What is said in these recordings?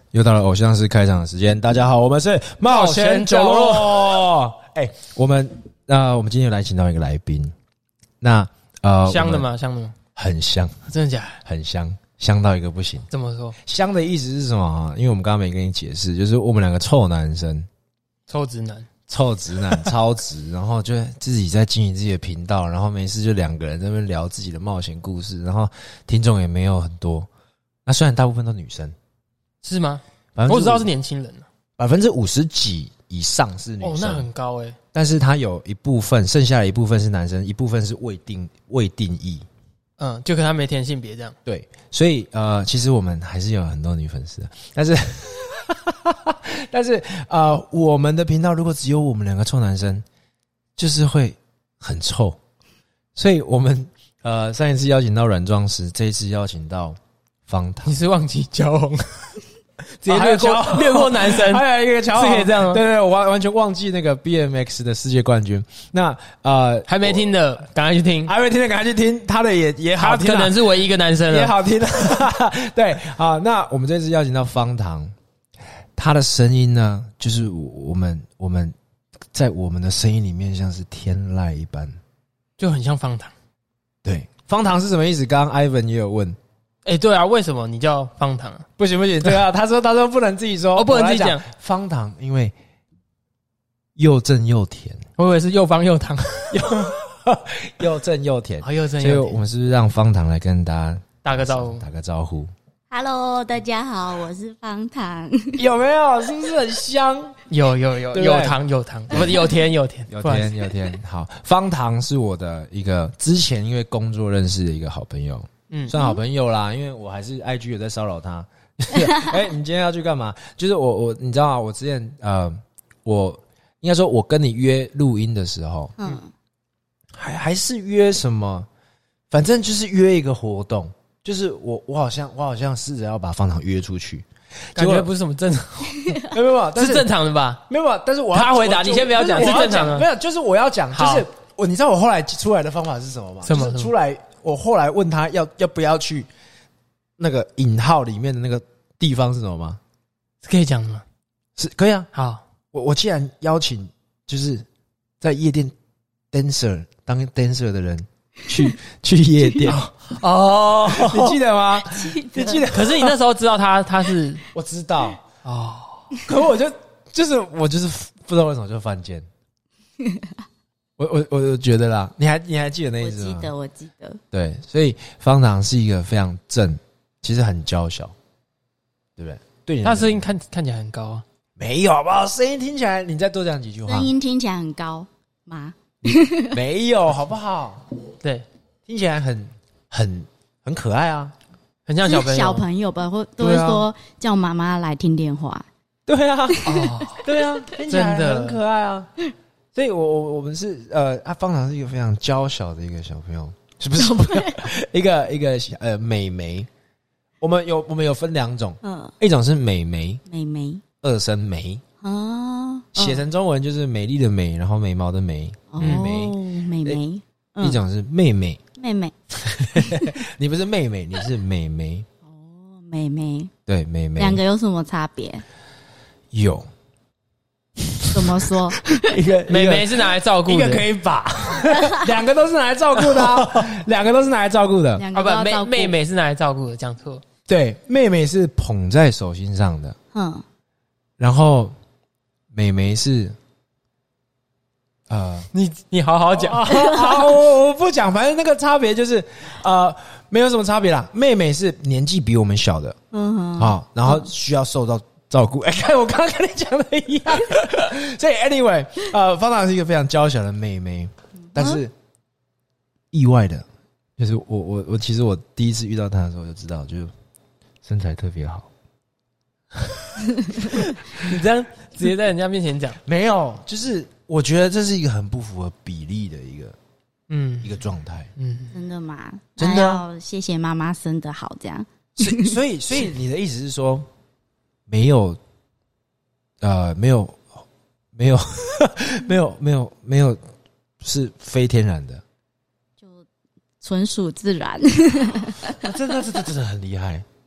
又到了偶像式开场的时间，大家好，我们是冒险角落。我们今天有来请到一个来宾， 香的吗？香的吗？ 很香， 真的假的？ 很香，香到一个不行。 怎么说？ 香的意思是什么？因为我们刚刚没跟你解释，就是我们两个臭男生， 臭直男， 超直，然后就自己在经营自己的频道，然后没事就两个人在那边聊自己的冒险故事，然后听众也没有很多。那虽然大部分都女生。 是吗？我只知道是年轻人 50%几以上是女生， 那很高欸。 但是它有一部分，剩下的一部分是男生，一部分是未定义。 就跟他没填性别这样。 对，所以其实我们还是有很多女粉丝的，但是我们的频道如果只有我们两个臭男生，就是会很臭。所以我们上一次邀请到软壮师，这一次邀请到方糖。 你是忘记交红直接略过男生， 还有一个乔， 是可以这样吗？ 对，我完全忘记那个 BMX 的世界冠军。那还没听的，赶快去听； 还没听的，赶快去听。他的也好听， 他可能是唯一一个男生了， 也好听。对啊，那我们这次邀请到方糖，他的声音呢，就是我们在我们的声音里面像是天籁一般， 就很像方糖。 对，方糖是什么意思？刚刚 Ivan 也有问。 对啊，为什么你叫方糖啊？ 不行，对啊，他说不能自己说， 不能自己讲。 方糖因为又正又甜， 我以为是又方又糖， 又正又甜， 又正又甜。 所以我们是不是让方糖来跟大家打个招呼 ？Hello， 大家好，我是方糖。 有没有？是不是很香？ 有糖，不是有甜。 好，方糖是我的一个之前因为工作认识的一个好朋友。算好朋友啦，因为我还是 IG 有在骚扰他。你今天要去干嘛？就是我，你知道吗？我之前我应该说，我跟你约录音的时候，还是约什么？反正就是约一个活动，就是我好像试着要把方糖约出去， 感觉不是什么正常， 没有， 是正常的吧？ 没有，但是他回答，你先不要讲，是正常的。 没有，就是我要讲，就是你知道我后来出来的方法是什么吗？ 什么？ 就是出来。我后来问他要不要去那个引号里面的那个地方是什么吗？ 是可以讲的吗？ 是可以啊。 好， 我既然邀请就是在夜店 dancer 当 dancer 的人去夜店哦， 你记得吗？你记得？ 可是你那时候知道他是我知道哦，可我就是不知道为什么就犯贱。我觉得啦，你还记得那一次吗？ 我记得。对， 所以方糖是一个非常正，其实很娇小，对不对？对你， 他声音看起来很高啊， 没有好不好？声音听起来，你再多讲几句话。 声音听起来很高吗？ 没有好不好？ 对， 听起来很可爱啊， 很像小朋友。 小朋友吧，都会说叫妈妈来听电话。 对啊，对啊，听起来很可爱啊。所以我们是方糖是一个非常娇小的一个小朋友，是不是？一个美眉。我们有分两种，一种是美眉，二声眉写成中文就是美丽的美，然后眉毛的眉，美眉。一种是妹妹，你不是妹妹，你是美眉。 美眉， 对，美眉。 两个有什么差别？ 有。 怎么说？ 一个妹妹是拿来照顾的， 一个可以把，两个都是拿来照顾的啊，两个都是拿来照顾的。 妹妹是拿来照顾的，讲错。 对，妹妹是捧在手心上的，然后妹妹是， 你好好讲， 好，我不讲，反正那个差别就是没有什么差别啦。妹妹是年纪比我们小的，然后需要受到照顾。看我刚刚跟你讲的一样。所以 anyway， 方糖是一个非常娇小的妹妹，但是意外的，就是我其实我第一次遇到她的时候就知道，就是身材特别好。 你这样直接在人家面前讲， 没有，就是我觉得这是一个很不符合比例的一个状态。 真的吗？ 真的要谢谢妈妈生得好，这样。 所以你的意思是说，没有是非天然的， 就纯属自然。 真的很厉害。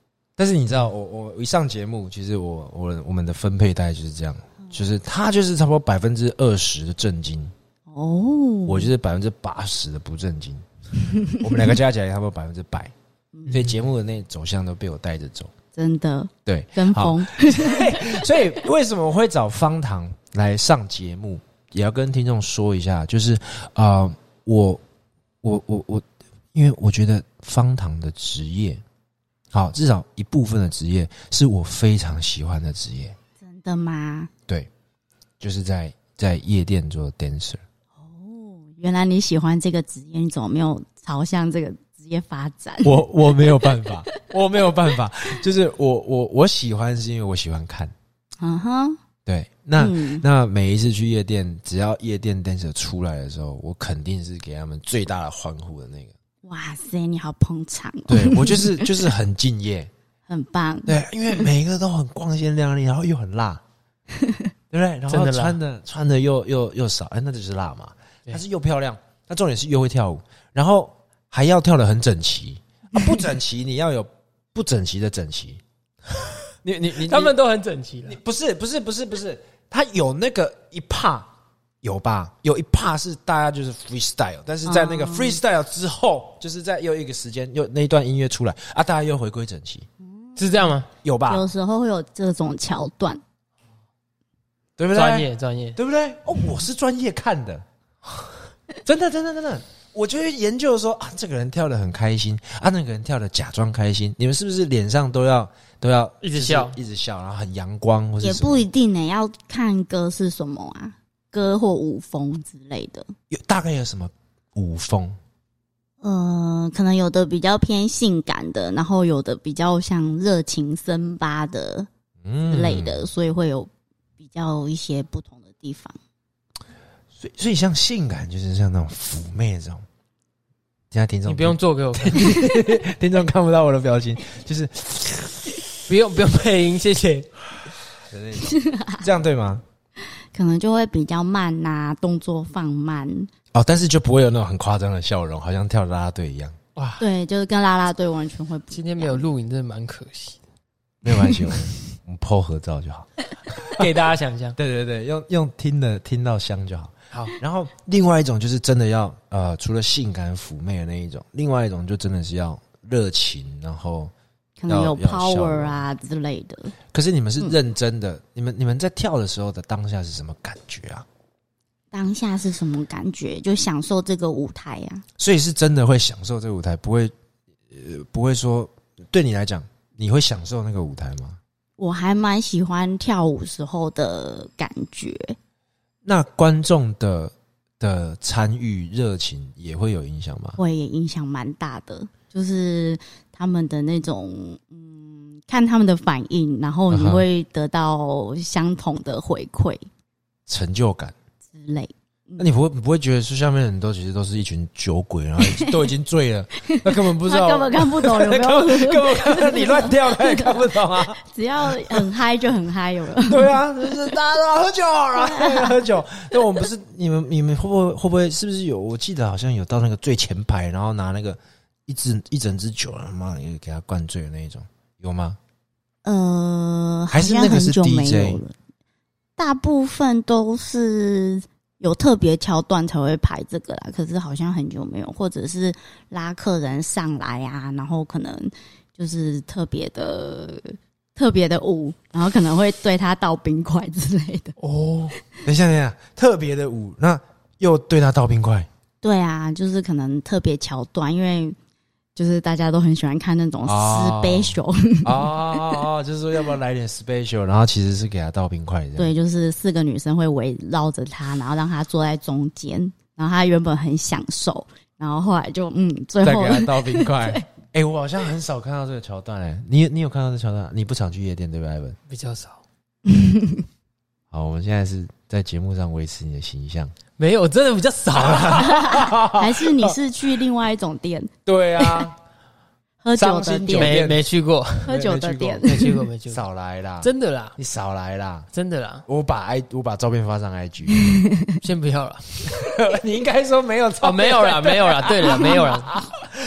但是你知道，我一上节目，其实我们的分配大概就是这样，就是他就是差不多20%的正经，我就是80%的不正经，我们两个加起来差不多100%，所以节目的那走向都被我带着走，真的，对， 跟风。 所以为什么我会找方糖来上节目，也要跟听众说一下，就是我因为我觉得方糖的职业。好，至少一部分的职业是我非常喜欢的职业。 真的吗？ 对，就是在夜店做 dancer。 原来你喜欢这个职业，你怎么没有朝向这个职业发展？ 我没有办法，我没有办法，就是我喜欢是因为我喜欢看。对，那每一次去夜店，只要夜店 dancer 出来的时候，我肯定是给他们最大的欢呼的那个。 哇塞，你好捧场哦！ 对，我就是很敬业， 很棒。 对，因为每一个都很光鲜亮丽，然后又很辣，对不对？然后穿的又少，那就是辣嘛。她是又漂亮，她重点是又会跳舞，然后还要跳得很整齐啊！不整齐，你要有不整齐的整齐。你他们都很整齐的。 不是，他有那个一趴。有吧？有一 part 是大家就是 freestyle， 但是在那个 freestyle 之后，就是在又一个时间又那一段音乐出来啊，大家又回归整齐， 是这样吗？ 有吧？ 有时候会有这种桥段， 对不对？ 专业， 对不对？哦，我是专业看的，真的，我就会研究说啊，这个人跳得很开心啊，那个人跳得假装开心，你们是不是脸上都要一直笑， 然后很阳光，或是也不一定呢，要看歌是什么啊。歌或舞风之类的， 大概有什么舞风？ 可能有的比较偏性感的，然后有的比较像热情森巴的之类的，所以会有比较一些不同的地方。 所以像性感就是像那种妩媚这种。现在听众你不用做给我看， 听众看不到我的表情，就是不用配音，谢谢。 这样对吗？ 可能就会比较慢啊，动作放慢哦，但是就不会有那种很夸张的笑容，好像跳啦啦队一样。 哇， 对，就是跟啦啦队完全会不一样。 今天没有录影，真的蛮可惜的。 没有关系，我们 po 合照就好， 给大家想象。 对，用听到香就好。 好， 然后另外一种就是真的要除了性感妩媚的那一种，另外一种就真的是要热情，然后。 可能有 power 啊之类的。 可是你们是认真的，你们在跳的时候的当下是什么感觉啊？ 当下是什么感觉？就享受这个舞台啊。 所以是真的会享受这个舞台，不会说对你来讲，你会享受那个舞台吗？ 我还蛮喜欢跳舞时候的感觉。 那观众的参与热情也会有影响吗？ 会，也影响蛮大的，就是他们的那种看他们的反应，然后你会得到相同的回馈、 成就感之类。 那你不会觉得说下面的人都其实都是一群酒鬼，然后都已经醉了，那根本不知道， 他根本看不懂有没有， 根本看你乱跳，他也看不懂啊。 只要很嗨就很嗨，有了。 对啊，就是大家都要喝酒，然后喝酒。但我们不是你们会不会是不是有？我记得好像有到那个最前排，然后拿那个一整支酒，然后妈也给他灌醉的那一种，有吗？还是那个是 DJ？ 大部分都是。有特别桥段才会排这个啦，可是好像很久没有，或者是拉客人上来啊，然后可能就是特别的舞，然后可能会对他倒冰块之类的。 哦，等一下，特别的舞，那又对他倒冰块？ 对啊，就是可能特别桥段，因为就是大家都很喜欢看那种 special 就是说要不要来点 special， 然后其实是给他倒冰块这样。对， 就是4个女生会围绕着他，然后让他坐在中间，然后他原本很享受，然后后来就最后再给他倒冰块。我好像很少看到这个桥段你有看到这桥段？你不常去夜店对吧 Ivan？ 比较少。 好，我们现在是在节目上维持你的形象。 没有，真的比较少啦。 还是你是去另外一种店？ 对啊， 喝酒的店没去过， 喝酒的店没去过， 少来啦， 真的啦， 你少来啦， 真的啦。 我把照片发上 IG， 先不要了。 你应该说没有照片， 没有啦，对了，没有啦。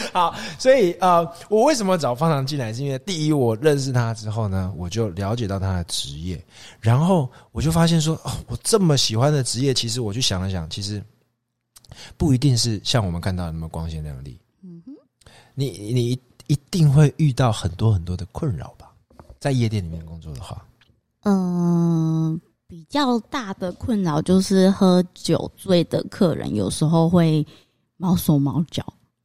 好，所以我为什么找方糖进来？是因为第一，我认识他之后呢，我就了解到他的职业，然后我就发现说，我这么喜欢的职业，其实我去想了想，其实不一定是像我们看到的那么光鲜亮丽。你一定会遇到很多很多的困扰吧？在夜店里面工作的话， 比较大的困扰就是喝酒醉的客人有时候会毛手毛脚。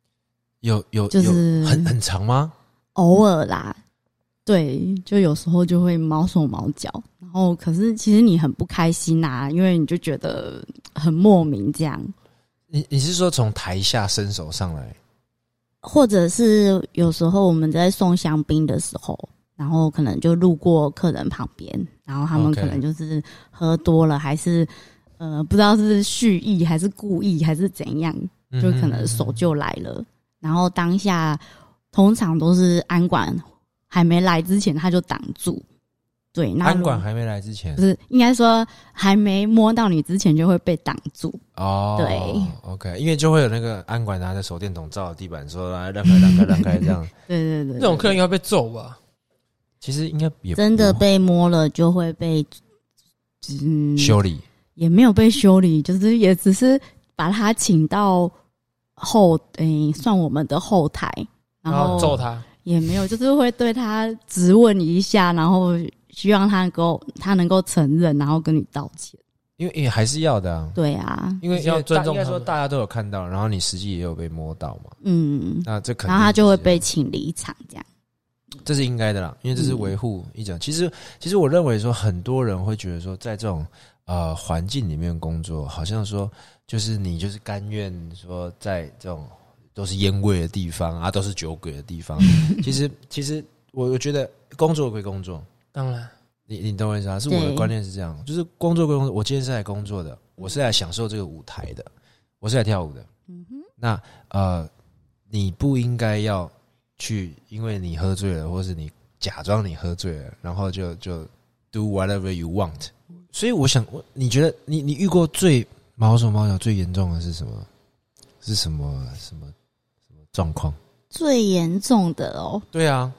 就是很长吗？ 偶尔啦，对，就有时候就会毛手毛脚，然后可是其实你很不开心啊，因为你就觉得很莫名这样。 你是说从台下伸手上来， 或者是有时候我们在送香槟的时候，然后可能就路过客人旁边，然后他们可能就是喝多了，还是不知道是蓄意还是故意还是怎样，就可能手就来了。然后当下通常都是安管还没来之前他就挡住，对，那安管还没来之前， 不是应该说还没摸到你之前就会被挡住哦。 对 ，OK， 因为就会有那个安管拿着手电筒照着地板说来让开这样。 对， 那种客人应该被揍吧？ 其实应该也真的被摸了就会被修理， 也没有被修理，就是也只是把他请到算我们的后台，然后揍他， 也没有，就是会对他质问一下，然后希望他能够承认，然后跟你道歉。 因为也还是要的啊。 对啊， 因为要尊重他们， 应该说大家都有看到，然后你实际也有被摸到嘛。那这可能， 然后他就会被请离场，这样。 这是应该的啦，因为这是维护一种。其实我认为说，很多人会觉得说，在这种环境里面工作，好像说就是你就是甘愿说在这种都是烟味的地方啊，都是酒鬼的地方。其实我觉得工作归工作， 当然你懂我意思啊？是我的观念是这样，就是工作归工作。我今天是来工作的，我是来享受这个舞台的，我是来跳舞的。那你不应该要去，因为你喝醉了，或是你假装你喝醉了，然后就 do whatever you want。所以我想，你觉得你遇过最毛手毛脚最严重的是什么？是什么状况？ 最严重的哦？ 对啊。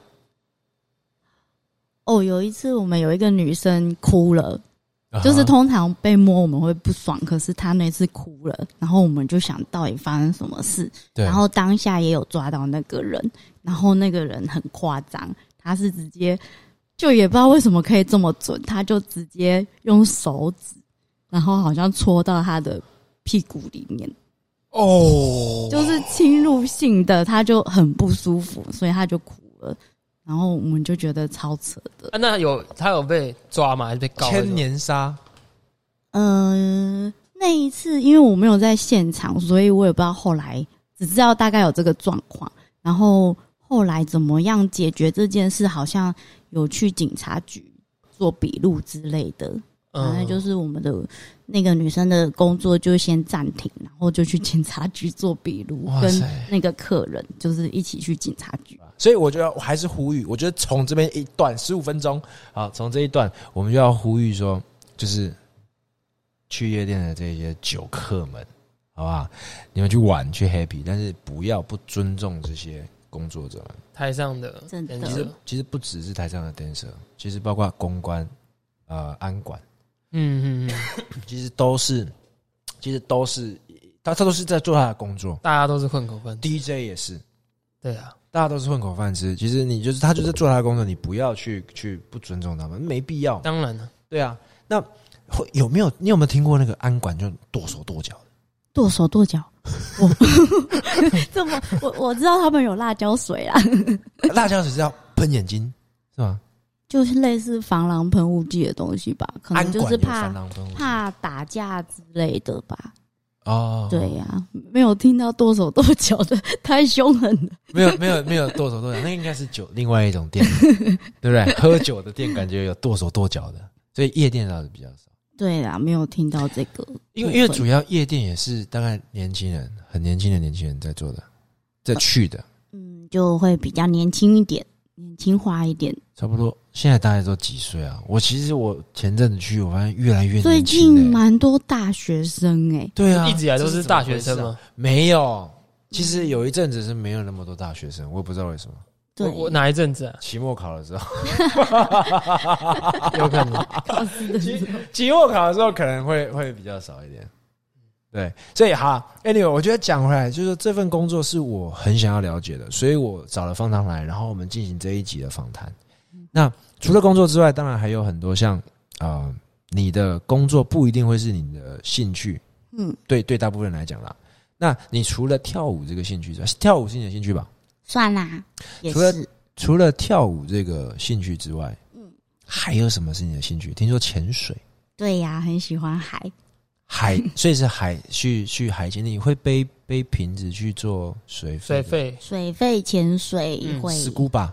有一次我们有一个女生哭了，就是通常被摸我们会不爽，可是她那次哭了，然后我们就想到底发生什么事，然后当下也有抓到那个人，然后那个人很夸张，他是直接就也不知道为什么可以这么准，他就直接用手指，然后好像戳到他的屁股里面，就是侵入性的，他就很不舒服，所以他就哭了。然后我们就觉得超扯的。那他有被抓吗？还是被告？ 千年杀？ 那一次因为我没有在现场，所以我也不知道后来，只知道大概有这个状况。然后后来怎么样解决这件事，好像有去警察局做笔录之类的。反正就是我们的那个女生的工作就先暂停，然后就去警察局做笔录，跟那个客人就是一起去警察局。 所以我觉得我还是呼吁，我觉得从这边一段15分钟，好，从这一段我们就要呼吁说，就是去夜店的这些酒客们，好不好？你们去玩去 happy， 但是不要不尊重这些工作者们。 台上的真的， 其实不只是台上的 dancer， 其实包括公关、安管。其实都是，他都是在做他的工作， 大家都是混口饭吃 ，DJ 也是，对啊， 大家都是混口饭吃。其实他就是做他的工作，你不要去不尊重他们，没必要。 当然了， 对啊。那你有没有听过那个安管就剁手剁脚的？ 剁手剁脚，我知道他们有辣椒水啦， 辣椒水是要喷眼睛是吗？ 就是类似防狼喷雾剂的东西吧，可能就是怕打架之类的吧。对呀，没有听到剁手剁脚的，太凶狠了。没有剁手剁脚，那应该是酒另外一种店，对不对？喝酒的店感觉有剁手剁脚的，所以夜店倒是比较少。 对啦，没有听到这个， 因为主要夜店也是大概很年轻的年轻人在做的，在去的， 就会比较年轻一点。年轻化一点， 差不多。现在大家都几岁啊？我前阵子去，我发现越来越年轻。 最近蛮多大学生对啊， 一直以来都是大学生吗？ 没有， 其实有一阵子是没有那么多大学生，我也不知道为什么。 对， 我哪一阵子啊？ 期末考的时候， 有可能。 期末考的时候可能会比较少一点。对，所以好 ，anyway， 我觉得讲回来，就是说这份工作是我很想要了解的，所以我找了方糖来，然后我们进行这一集的访谈。那除了工作之外，当然还有很多像你的工作不一定会是你的兴趣，对大部分人来讲啦。那你除了跳舞这个兴趣之外，跳舞是你的兴趣吧？算啦，也是。除了跳舞这个兴趣之外，还有什么是你的兴趣？听说潜水。对呀，很喜欢海，所以是海去海潜，你会背瓶子去做水肺潜水会scuba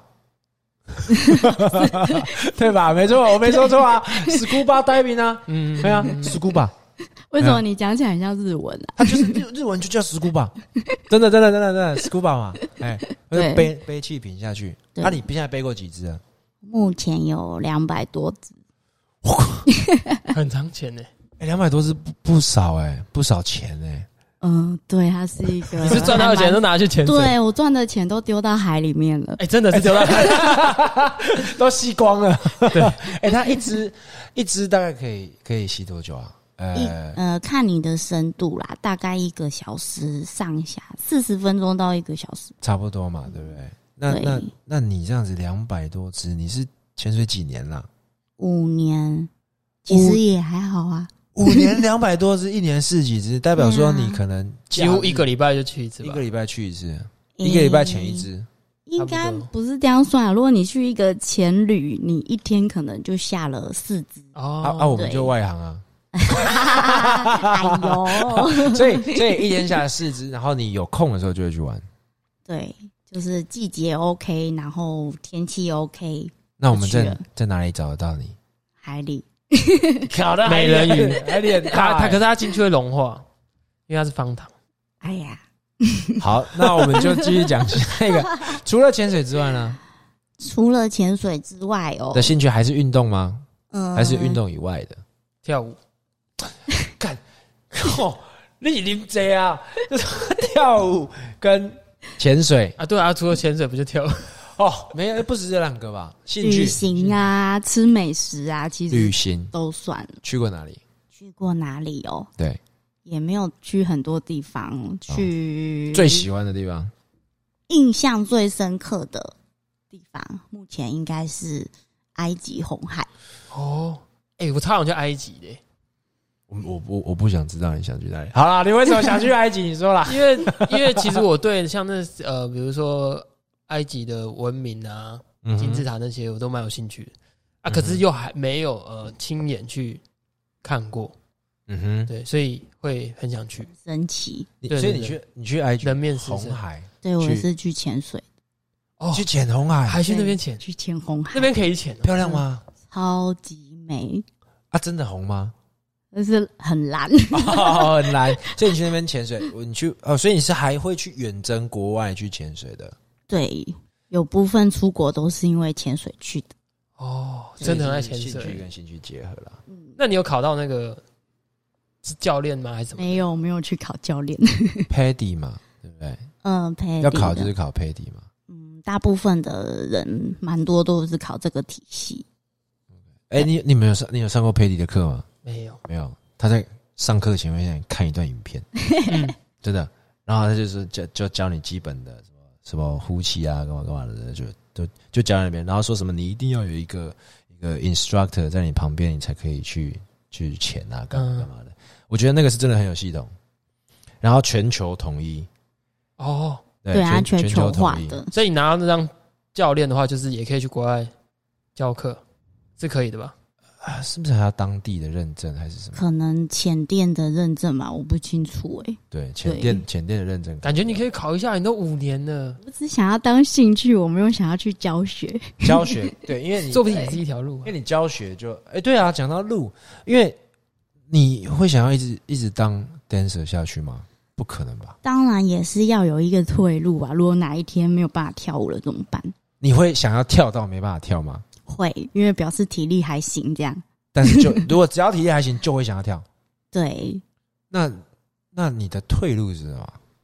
对吧？没错，我没说错啊，scuba diving 啊，对啊，scuba。为什么你讲起来很像日文啊？它就是日文就叫 scuba， 真的 scuba 嘛，背气瓶下去。那你现在背过几只啊？目前有200多只， 很长钱呢。 200多只不少不少钱对，它是一个。你是赚到的钱都拿去潜水？ 对，我赚的钱都丢到海里面了。 真的是丢到海里， 都吸光了。对，它一只大概可以吸多久啊？看你的深度啦，大概1个小时上下，40分钟到1个小时，差不多嘛，对不对？那你这样子200多只，你是潜水几年啦？5年，其实也还好啊。5年200多只，1年试几只，代表说你可能几乎1个礼拜就去一次吧？1 个礼拜去一次，1个礼拜潜一只。 应该不是这样算啊！如果你去一个潜旅，你一天可能就下了4只。 我们就外行啊。 哎呦， 所以一天下来4只，然后你有空的时候就会去玩。对，就是季节 OK， 然后天气 OK。那我们在哪里找得到你？海里， 考的美人鱼，海里可是它进去会融化，因为它是方糖。哎呀， 好，那我们就继续讲下一个。除了潜水之外呢？除了潜水之外的兴趣还是运动吗？还是运动以外的跳舞？ 干，你啉这啊？就是跳舞跟潜水啊？对啊，除了潜水不就跳舞？ 没有，不止这2个吧？兴趣、 旅行啊，吃美食啊，其实旅行都算。 去过哪里？对， 也没有去很多地方。去最喜欢的地方，印象最深刻的地方，目前应该是埃及红海。 我超想去埃及的。 我不想知道你想去哪里。好啦，你为什么想去埃及？你说啦。 因为其实我对像比如说埃及的文明啊、金字塔那些，我都蛮有兴趣的啊。可是又还没有亲眼去看过。对，所以会很想去。神奇。 所以你去埃及人面狮身。对，我是去潜水。 去潜红海， 还去那边潜？ 去潜红海， 那边可以潜。 漂亮吗？ 超级美啊！真的红吗？ 就是很蓝很蓝。所以你去那边潜水，你去所以你是还会去远征国外去潜水的？对，有部分出国都是因为潜水去的。 真的很爱潜水， 兴趣跟兴趣结合了。 那你有考到那个是教练吗？还是什么？ 没有去考教练。 PADI 嘛，对不对？PADI 要考就是考 PADI 嘛。大部分的人蛮多都是考这个体系。你有上过 PADI 的课吗？没有。他在上课前面看一段影片，真的，然后他就是就教你基本的什么呼气啊，干嘛的，就教在那边，然后说什么你一定要有一个 instructor 在你旁边，你才可以去潜啊，干嘛的。我觉得那个是真的很有系统，然后全球统一。对啊，全球化的。 所以你拿到那张教练的话，就是也可以去国外教课，是可以的吧？ 是不是还要当地的认证还是什么？可能潜店的认证嘛，我不清楚对，潜店的认证， 感觉你可以考一下，你都5年了。 我只想要当兴趣，我没有想要去教学。 对，因为你说不定也是一条路。 因为你教学就对啊，讲到路，因为你会想要一直当 dancer 下去吗？不可能吧？当然也是要有一个退路啊！如果哪一天没有办法跳舞了怎么办？你会想要跳到没办法跳吗？会，因为表示体力还行这样。但是如果只要体力还行，就会想要跳。对。那你的退路是什么？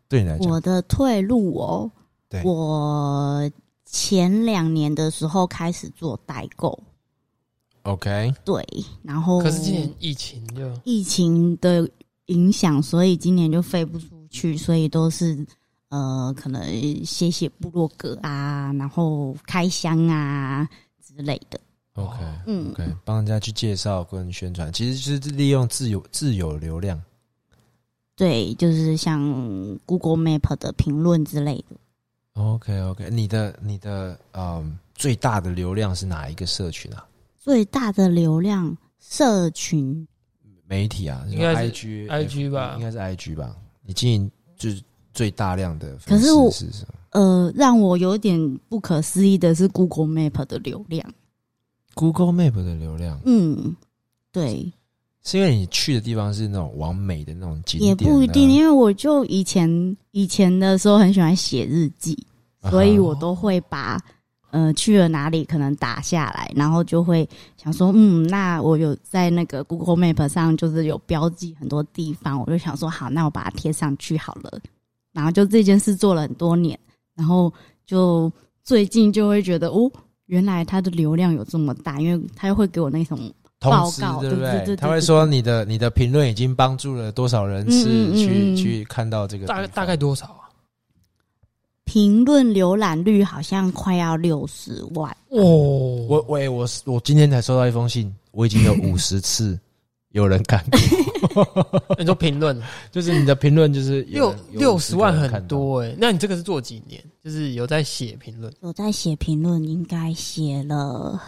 对你来讲， 我的退路哦， 对， 我前2年的时候开始做代购。 OK， 对，然后可是今年疫情的影响，所以今年就飞不出去，所以都是可能写部落格啊，然后开箱啊之类的。 OK， OK， 帮人家去介绍跟宣传，其实就是利用自有流量。 对，就是像 Google Map 的评论之类的。 OK， 你的最大的流量是哪一个社群啊？ 最大的流量社群媒体啊， 应该是 IG 吧， 应该是 IG 吧？你经营就是最大量的粉丝是什么？ 让我有点不可思议的是 Google Map 的流量。 Google Map 的流量， 对， 是因为你去的地方是那种完美的那种景点， 也不一定，因为我就以前的时候很喜欢写日记，所以我都会把去了哪里可能打下来，然后就会想说，那我有在那个 Google Map 上就是有标记很多地方，我就想说好，那我把它贴上去好了。然后就这件事做了很多年，然后就最近就会觉得原来它的流量有这么大，因为它会给我那种报告， 对不对？他会说你的评论已经帮助了多少人次去看到这个， 大概多少啊？ 评论浏览率好像快要60万哦！我今天才收到一封信，我已经有50次有人看过。 你说评论， 就是你的评论就是 60万很多那你这个是做几年？就是有在写评论？ 有在写评论，应该写了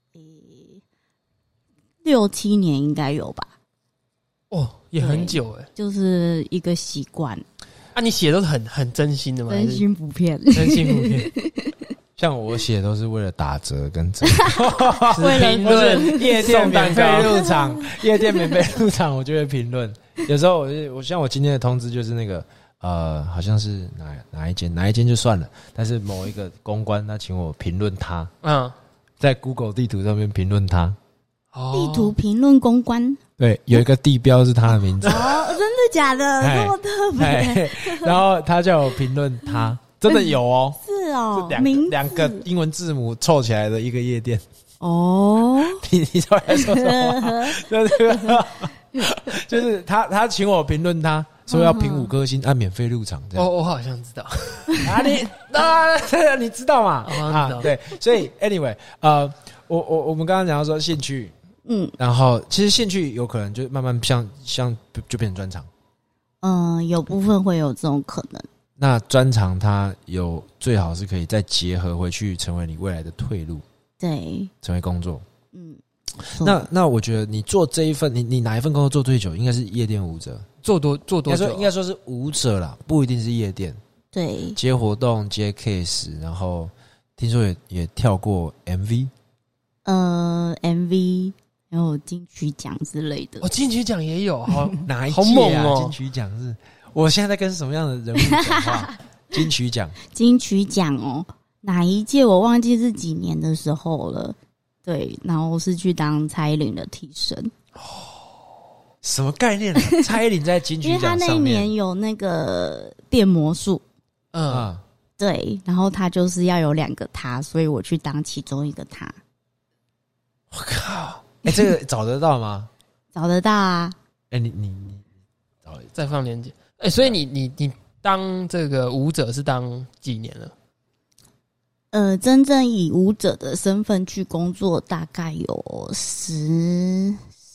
6-7年，应该有吧？ 也很久就是一个习惯。 你写都是很真心的吗？ 真心不骗， 真心不骗。 像我写都是为了打折跟折， 为了评论夜店免费入场，夜店免费入场，我就会评论。有时候我像我今天的通知就是那个好像是哪一间就算了，但是某一个公关他请我评论他，在 Google 地图上面评论他， 地图评论公关， 对，有一个地标是他的名字。 真的假的？这么特别？ 然后他叫我评论他，真的有哦， 是哦， 两个英文字母凑起来的一个夜店。你知道在说什么？就是他请我评论他，说要评5颗星，免费入场这样。 我好像知道。 你知道嘛？对，所以 anyway， 我们刚刚讲到说兴趣。然后其实兴趣有可能就慢慢像就变成专长， 有部分会有这种可能。 那专长它最好是可以再结合回去，成为你未来的退路， 对， 成为工作。那我觉得你做这一份，你哪一份工作做最久？应该是夜店舞者， 做多久？ 应该说是舞者啦，不一定是夜店。 对， 接活动接 case， 然后听说也跳过 MV。然后金曲奖之类的， 金曲奖也有， 哪一届啊？ 好猛哦！ 金曲奖是，我现在在跟什么样的人物讲话？金曲奖哪一届我忘记是几年的时候了。对，然后是去当蔡依林的替身。 什么概念啊？蔡依林在金曲奖上面， 因为他那一年有那个变魔术，对，然后他就是要有2个他，所以我去当其中一个他。 我靠！这个找得到吗？ 找得到啊！ 你再放链接。所以你当这个舞者是当几年了？ 真正以舞者的身份去工作，大概有10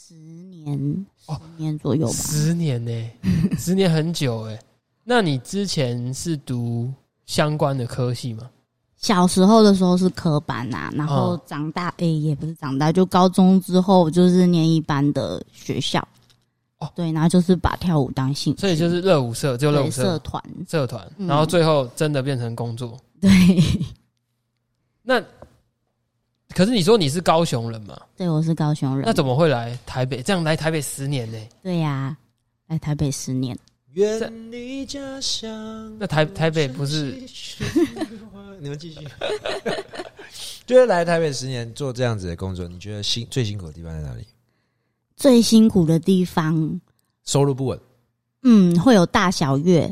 年左右吧。 10年呢？10年很久那你之前是读相关的科系吗？ 小时候的时候是科班然后长大也不是长大，就高中之后就是念一般的学校。对，然后就是把跳舞当兴趣， 所以就是热舞社，就热舞社社团，然后最后真的变成工作。 对。 那可是你说你是高雄人嘛？ 对，我是高雄人。 那怎么会来台北？这样来台北10年呢？ 对呀，来台北10年。 远离家乡。 那台北不是？ 你们继续。就是来台北10年做这样子的工作，你觉得最辛苦的地方在哪里？ 最辛苦的地方， 收入不稳。 会有大小月，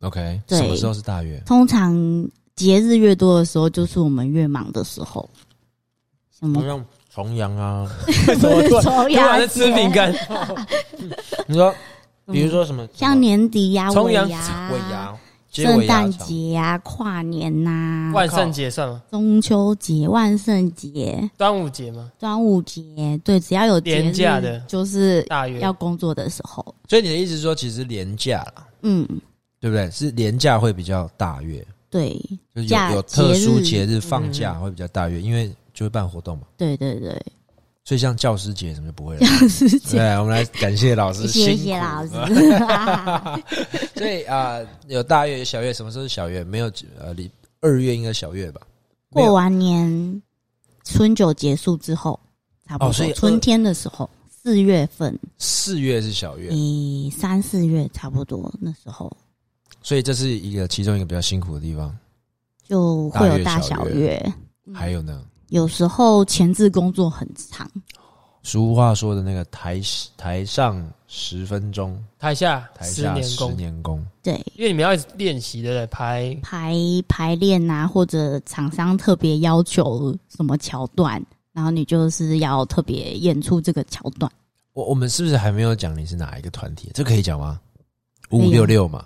OK， 对， 什么时候是大月？ 通常节日越多的时候，就是我们越忙的时候。什么？ 像重阳啊， 重阳在吃饼干。 你说，比如说什么？ 像年底呀、 重阳、 尾牙、圣诞节呀、跨年呐、 万圣节算吗？ 中秋节、万圣节、 端午节吗？ 端午节，对，只要有节日连假的， 就是大约要工作的时候。 所以你的意思是说，其实连假啦，对不对？是连假会比较大月， 对， 就是有特殊节日放假会比较大月，因为就会办活动嘛。 对对对， 所以像教师节什么就不会了。 教师节， 对，我们来感谢老师， 谢谢老师。 所以有大月有小月，什么时候是小月？没有2月应该小月吧？ 过完年春酒结束之后，差不多所以春天的时候，4月份 ，4月是小月 ，3、4月差不多那时候。 所以这是其中一个比较辛苦的地方， 就会有大小月。 还有呢， 有时候前置工作很长。 俗话说的那个台上10分钟， 台下 10年功。 对， 因为你们要练习的排练啊，或者厂商特别要求什么桥段，然后你就是要特别演出这个桥段。 我们是不是还没有讲你是哪一个团体？这可以讲吗？5566嘛。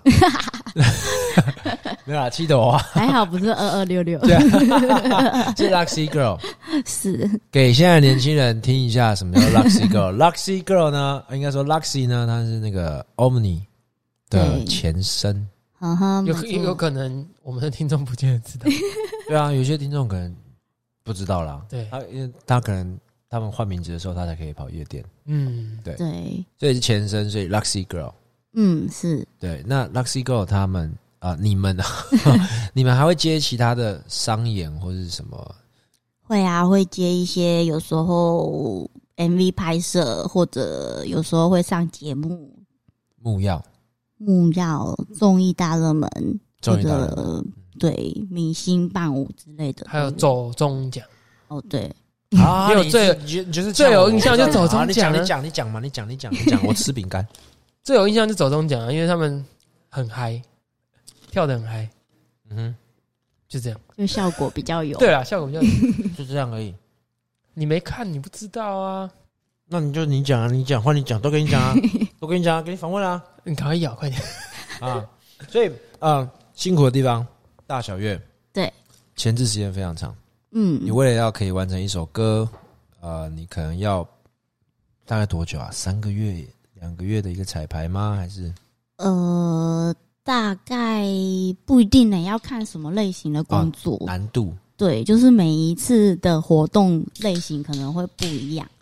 没有啦，七朵花还好不是2266， 对啊，是 Luxy Girl， 是给现在的年轻人听一下什么叫 Luxy Girl。Luxy Girl 呢，应该说 Luxy 呢，它是那个 Omni 的前身。 有可能我们的听众不见得知道。 对啊，有些听众可能不知道啦。 对， 因为他可能他们换名字的时候，他才可以跑夜店。对，所以是前身，所以 Luxy Girl。 是。 对，那 Luxy Girl 他们你们你们还会接其他的商演或是什么？ 会啊，会接一些有时候 MV 拍摄，或者有时候会上节目。木曜综艺大热门，或者对明星伴舞之类的， 还有走中奖。 对啊， 你就是最有印象就走中奖。 你讲嘛，你讲，我吃饼干。 最有印象就走中奖啊，因为他们很嗨，跳得很嗨。就这样， 就效果比较有。 对啦，效果比较有， 就这样而已。 你没看，你不知道啊。 那你讲啊，你讲，换你讲，都跟你讲啊，都跟你讲啊，给你访问啊。 你赶快咬，快点啊！所以辛苦的地方，大小月， 对， 前置时间非常长。你为了可以完成一首歌，你可能要大概多久啊？3个月、2个月的一个彩排吗？还是？ 大概不一定呢，要看什么类型的工作， 难度。对， 就是每一次的活动类型可能会不一样。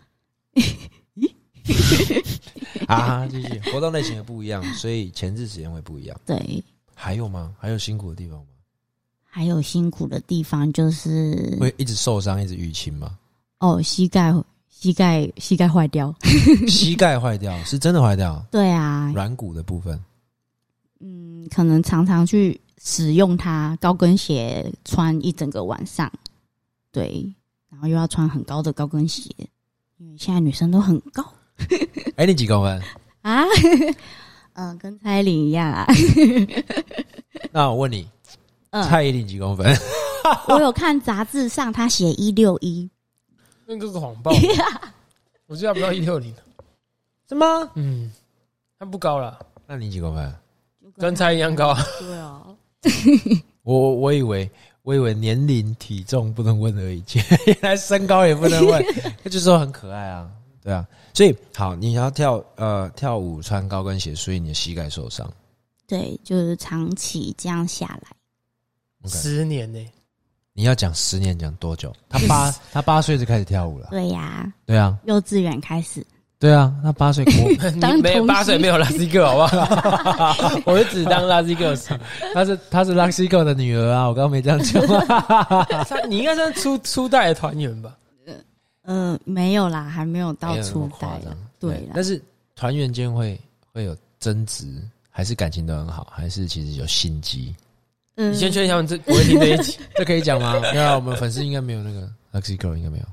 继续，活动类型也不一样，所以前置时间会不一样。对，还有吗？还有辛苦的地方吗？ 还有辛苦的地方就是会一直受伤，一直淤青吗？ 膝盖坏掉。 膝盖坏掉是真的坏掉？ 对啊， 软骨的部分。 可能常常去使用它，高跟鞋穿一整个晚上，对，然后又要穿很高的高跟鞋，因为现在女生都很高。 你几公分啊？跟蔡依林一样啊。 那我问你，蔡依林几公分？ 我有看杂志上他写161， 那个谎报。我知道不到160， 是吗？ 他不高了。 那你几公分？ 跟蔡一样高啊。 对啊。 我以为年龄体重不能问而已，原来身高也不能问，那就是说很可爱啊，对啊。所以好，你要跳舞穿高跟鞋，所以你的膝盖受伤。 对，就是长期这样下来。 10年呢？ 你要讲10年，讲多久？他8岁就开始跳舞了。 对呀。 对啊。 幼稚园开始。 对啊，他8岁你没8岁没有 Luxy Girl 好不好？我就只当 Luxy Girl， 她是 Luxy Girl 的女儿啊，我刚刚没这样讲。 你应该算初代的团员吧？ 没有啦，还没有到初代。对啦， 但是团员间会有争执，还是感情都很好，还是其实有心机？ 你先确定他们不会听这一集， 这可以讲吗？对啊，我们粉丝应该没有那个 Luxy Girl， 应该没有。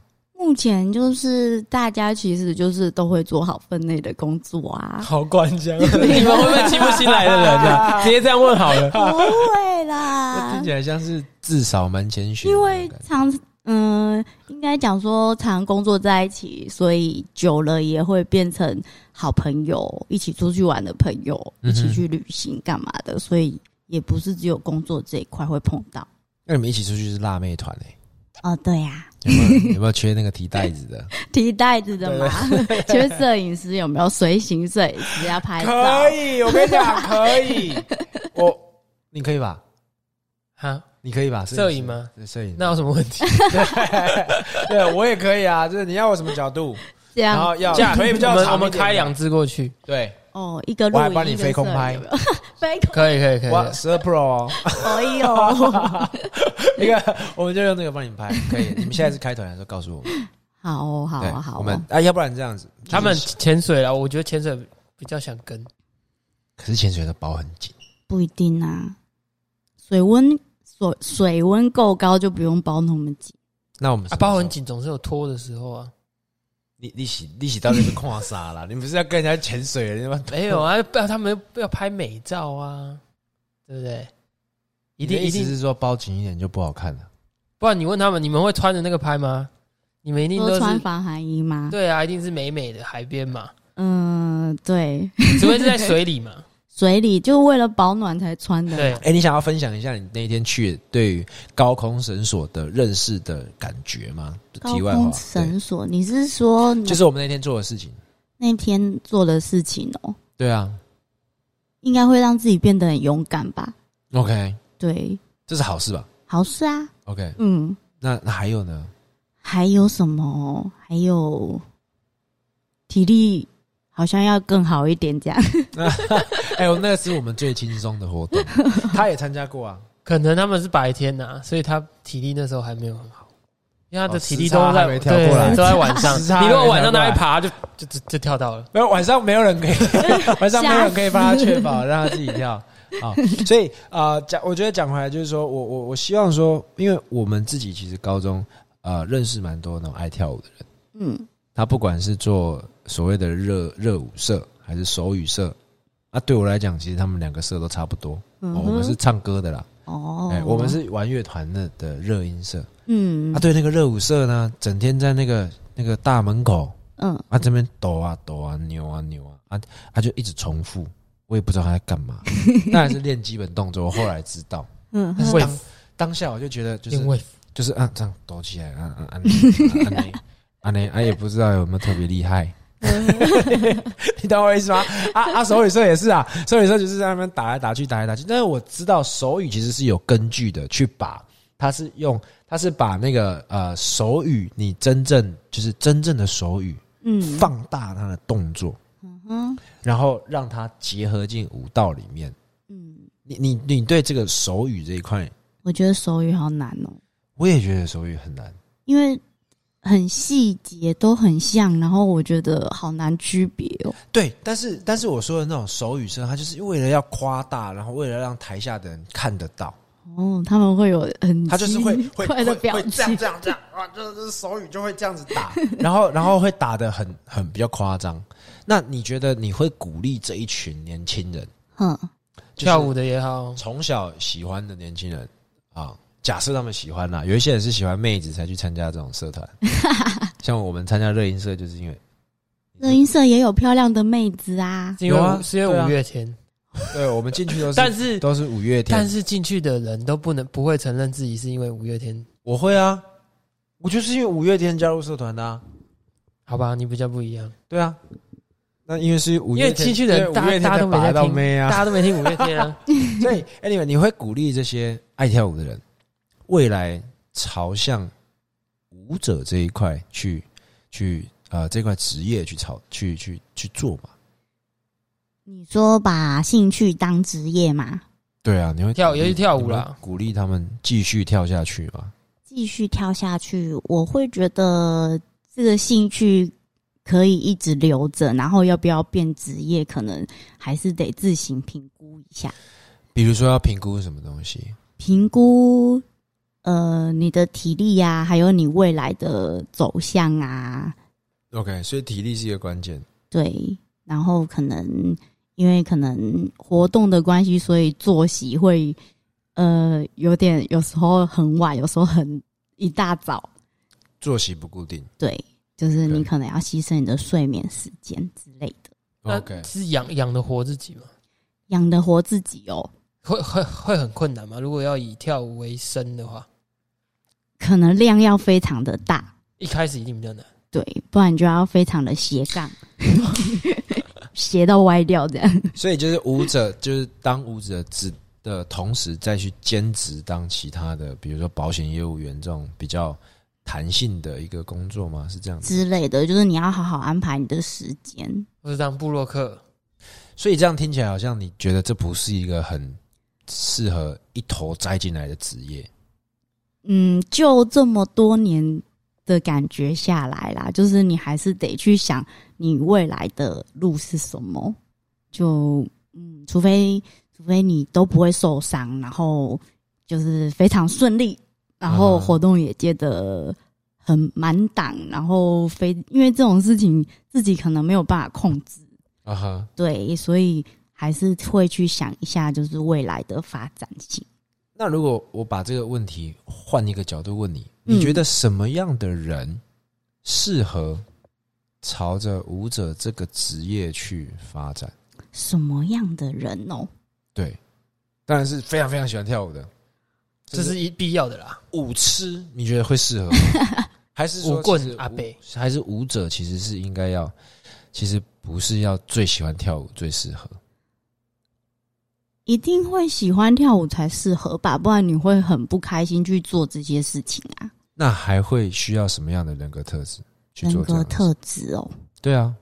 目前就是大家其实就是都会做好分内的工作啊。 好官腔，你们会不会欺负新来的人啊？直接这样问好了。 不会啦， 听起来像是至少蛮谦虚。 因为应该讲说常工作在一起，所以久了也会变成好朋友，一起出去玩的朋友，一起去旅行干嘛的，所以也不是只有工作这一块会碰到。 那你们一起出去是辣妹团哦，对呀、 有没有缺那个提袋子的？ 提袋子的嘛，缺摄影师有没有随行摄影师要拍照？ 可以，我跟你讲，可以。你可以吧？ 哈， 你可以吧？ 摄影吗？ 摄影， 那有什么问题？ 对，我也可以啊。就是你要我什么角度， 这样， 然后要这腿比较长， 我们开2支过去。 对， 一个录影， 我还帮你飞空拍， 飞空可以。 哇，12 Pro 哦， 可以哦。 一个我们就用这个帮你拍，可以。你们现在是开团的时候告诉我们。 好， 我们要不然这样子， 他们潜水了，我觉得潜水比较想跟。 可是潜水的包很紧， 不一定啊。水温够高就不用包那么紧。 那我们包很紧，总是有脱的时候啊。 你洗到那边看啥啦？你不是要跟人家潜水了？ 没有啊，他们要拍美照啊，对不对？一定是说包紧一点就不好看了。 不然你问他们，你们会穿着那个拍吗？你们一定都是穿防寒衣吗？ 对啊，一定是美美的海边嘛。 对， 除非是在水里嘛。 水里就为了保暖才穿的。 对， 你想要分享一下你那天去对于高空绳索的认识的感觉吗？题外话， 高空绳索，你是说就是我们那天做的事情？ 那天做的事情哦。 对啊， 应该会让自己变得很勇敢吧。 OK， 对， 这是好事吧？ 好事啊。 OK， 那还有呢？ 还有什么？还有体力好像要更好一点，这样。 那个是我们最轻松的活动，他也参加过啊。 可能他们是白天啊，所以他体力那时候还没有很好，因为他的体力都在没跳过来， 都在晚上。你如果晚上那一爬就跳到了。 没有，晚上没有人可以，晚上没有人可以帮他确保，让他自己跳。所以我觉得讲回来就是说，我希望说，因为我们自己其实高中认识蛮多那种爱跳舞的人，他不管是做所谓的热舞社还是手语社，对我来讲，其实他们2个社都差不多。我们是唱歌的啦，我们是玩乐团的热音社。对，那个热舞社呢，整天在那个大门口，这边抖啊抖啊，扭啊扭啊，就一直重复。我也不知道他在干嘛，当然是练基本动作。我后来知道，但是当下我就觉得就是这样抖起来，也不知道有没有特别厉害。你懂我意思吗？手语社也是啊，手语社就是在那边打来打去。但是我知道手语其实是有根据的，去把它是把那个手语，你真正的手语，放大它的动作。然后让它结合进舞蹈里面。你对这个手语这一块， 我觉得手语好难哦。 我也觉得手语很难， 因为很细节都很像，然后我觉得好难区别哦。 对，但是我说的那种手语声，它就是为了要夸大，然后为了让台下的人看得到。 他们会有他就是会快的表情， 这样就是手语就会这样子打，然后会打得很比较夸张。那你觉得你会鼓励这一群年轻人， 跳舞的也好， 从小喜欢的年轻人假设他们喜欢啦，有一些人是喜欢妹子才去参加这种社团，像我们参加热音社，就是因为热音社也有漂亮的妹子啊， 是因为五月天。 对，我们进去都是五月天， 但是进去的人都不会承认自己是因为五月天。 我会啊，我就是因为五月天加入社团的啊。 好吧，你比较不一样。 对啊，那因为是五月天， 因为进去的人大家都没在听，大家都没听五月天啊。 所以 anyway， 你会鼓励这些爱跳舞的人，未来朝向舞者这一块去这块职业去做嘛？ 你说把兴趣当职业吗？ 对啊，你会尤其跳舞啦， 鼓励他们继续跳下去吗？ 继续跳下去，我会觉得这个兴趣可以一直留着，然后要不要变职业，可能还是得自行评估一下。 比如说要评估什么东西？ 评估你的体力啊，还有你未来的走向啊。 OK， 所以体力是一个关键。 对，然后可能因为可能活动的关系，所以作息会有时候很晚，有时候一大早， 作息不固定。 对，就是你可能要牺牲你的睡眠时间之类的。 OK， 是养得活自己吗？ 养得活自己哦， 会很困难吗？如果要以跳舞为生的话， 可能量要非常的大， 一开始一定比较难。 对，不然就要非常的斜杠，斜到歪掉这样。 所以就是舞者，就是当舞者的同时，再去兼职当其他的，比如说保险业务员这种比较弹性的一个工作吗？是这样子之类的，就是你要好好安排你的时间， 或是当部落客。 所以这样听起来好像你觉得这不是一个很适合一头栽进来的职业。 就这么多年的感觉下来啦，就是你还是得去想你未来的路是什么。就除非你都不会受伤，然后就是非常顺利，然后活动也接得很满档，然后因为这种事情自己可能没有办法控制对，所以还是会去想一下，就是未来的发展性。 那如果我把这个问题换一个角度问你，你觉得什么样的人适合朝着舞者这个职业去发展？ 什么样的人哦？ 对，当然是非常非常喜欢跳舞的， 这是必要的啦。 舞痴你觉得会适合吗？还是说舞棍阿伯？ 还是舞者其实是应该要，其实不是要最喜欢跳舞最适合？ 一定会喜欢跳舞才适合吧，不然你会很不开心去做这些事情啊。 那还会需要什么样的人格特质去做这样的事？ 人格特质哦， 对啊，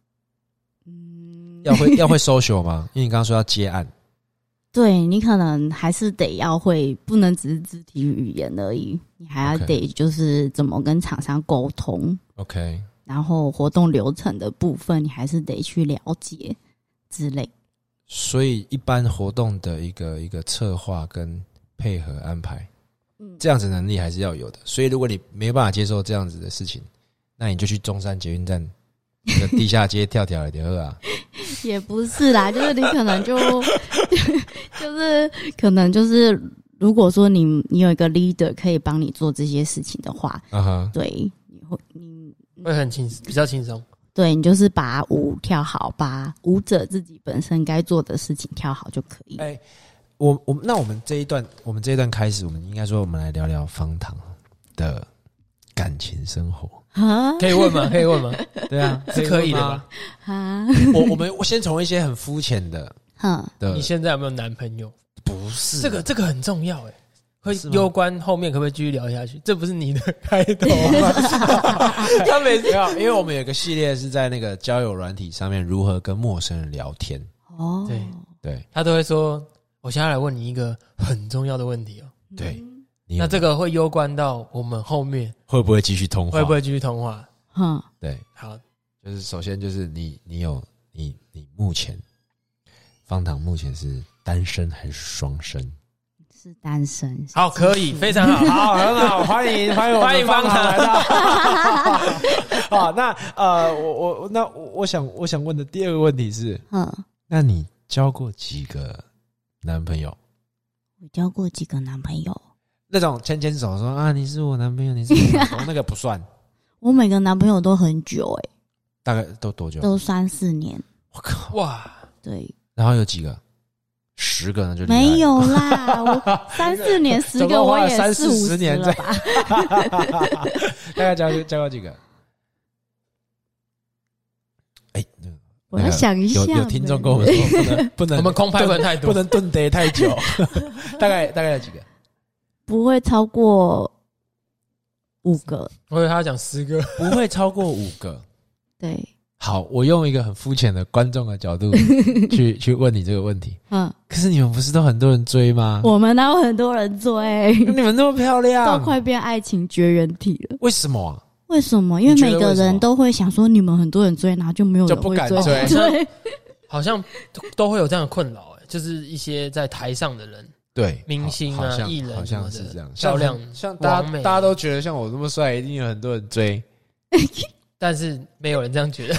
要会 social 吗？因为你刚刚说要接案， 对，你可能还是得要会，不能只是肢体语言而已，你还要得就是怎么跟厂商沟通 OK， 然后活动流程的部分你还是得去了解之类。 所以一般活动的一个策划跟配合安排，这样子能力还是要有的。所以如果你没有办法接受这样子的事情，那你就去中山捷运站那个地下街跳跳一点啊。 也不是啦，就是你可能就是可能就是如果说你有一个 leader 可以帮你做这些事情的话，对，你会比较轻松。 对，你就是把舞跳好，把舞者自己本身该做的事情跳好就可以。 那我们这一段开始，我们应该说我们来聊聊方糖的感情生活。 可以问吗？可以问吗？ 对啊， 是可以的吧？ 我先从一些很肤浅的， 你现在有没有男朋友？ 不是， 这个很重要会攸关后面可不可以继续聊下去？这不是你的开头吗？ 他每次因为我们有一个系列是在那个交友软体上面如何跟陌生人聊天。对， 他都会说，我现在来问你一个很重要的问题哦。 对， 那这个会攸关到我们后面会不会继续通话？对， 好， 就是首先就是你目前方糖目前是单身还是双生？ 是单身。 好，可以，非常好， 好，很好，欢迎方糖来到。好，那我想问的第二个问题是，那你交过几个男朋友？ 我交过几个男朋友？ 那种牵牵手说啊，你是我男朋友，你是我男朋友，那个不算。 我每个男朋友都很久大概都多久？ 都3-4年。 我靠， 哇， 对。 然后有几个？10个呢？就没有啦，我3-4年10个，我也40-50年了吧？ 大概交过几个？ 我要想一下。 有听众跟我们说，不能， 我们空拍文太多， 不能蹲得太久。大概有几个？ 不会超过5个。 我以为他要讲10个， 不会超过5个。 对。 好，我用一个很肤浅的观众的角度去问你这个问题。可是你们不是都很多人追吗？ 我们哪有很多人追？ 你们那么漂亮， 都快变爱情绝缘体了。 为什么啊？ 为什么？因为每个人都会想说，你们很多人追，然后就没有人会追。 对，好像都会有这样的困扰。就是一些在台上的人， 对， 明星啊、艺人好像是这样， 漂亮， 像大家都觉得像我这么帅，一定有很多人追， 但是没有人这样觉得。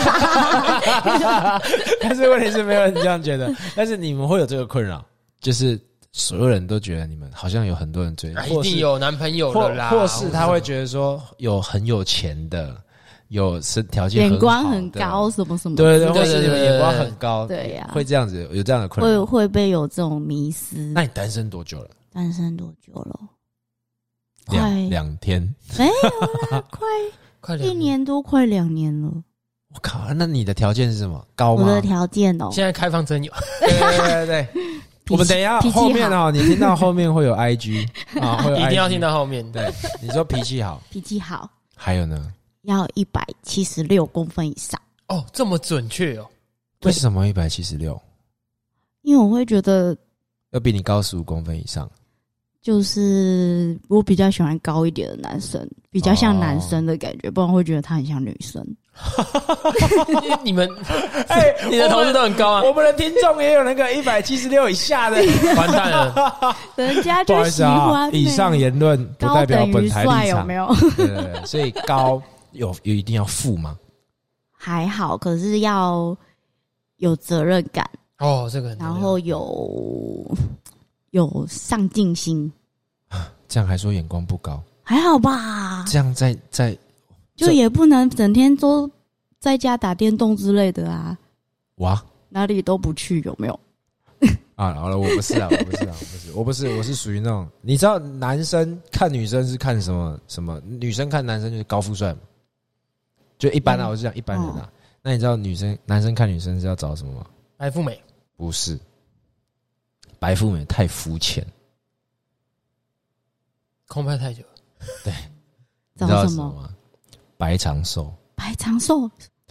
但是问题是没有人这样觉得，但是你们会有这个困扰，就是所有人都觉得你们好像有很多人追， 一定有男朋友了啦， 或是他会觉得说有很有钱的，有条件很好的， 眼光很高，什么什么， 对，或是你们眼光很高， 对呀， 会这样子有这样的困扰， 会被有这种迷思。 那你单身多久了？ 单身多久了？ 两天， 没有啦，快1年多，快2年了。 我靠，那你的条件是什么？高吗？ 我的条件现在开放真有。 对。我们等一下后面你听到后面会有 IG 啊，会有 IG, 一定要听到后面。 对，你说脾气好， 脾气好， 还有呢？ 要176公分以上。 哦，这么准确哦？ 为什么176？ 因为我会觉得要比你高15公分以上。 就是我比较喜欢高一点的男生，比较像男生的感觉，不然会觉得他很像女生。 你们，你的同事都很高啊。 我们的听众也有那个176以下的， 完蛋了， 人家就喜欢。 以上言论不代表本台立场， 有没有？ 对，所以高有一定要富吗？ 还好，可是要有责任感哦，这个很重要， 然后有上进心。 这样还说眼光不高， 还好吧？ 这样在就也不能整天都在家打电动之类的啊！ 哇， 哪里都不去，有没有？ 啊，好了，我不是，我是属于那种，你知道男生看女生是看什么？女生看男生就是高富帅嘛，就一般啊，我是讲一般人啊。那你知道男生看女生是要找什么吗？ 白富美？ 不是，白富美太肤浅， 空拍太久了。 对， 找什么吗？白长寿， 白长寿，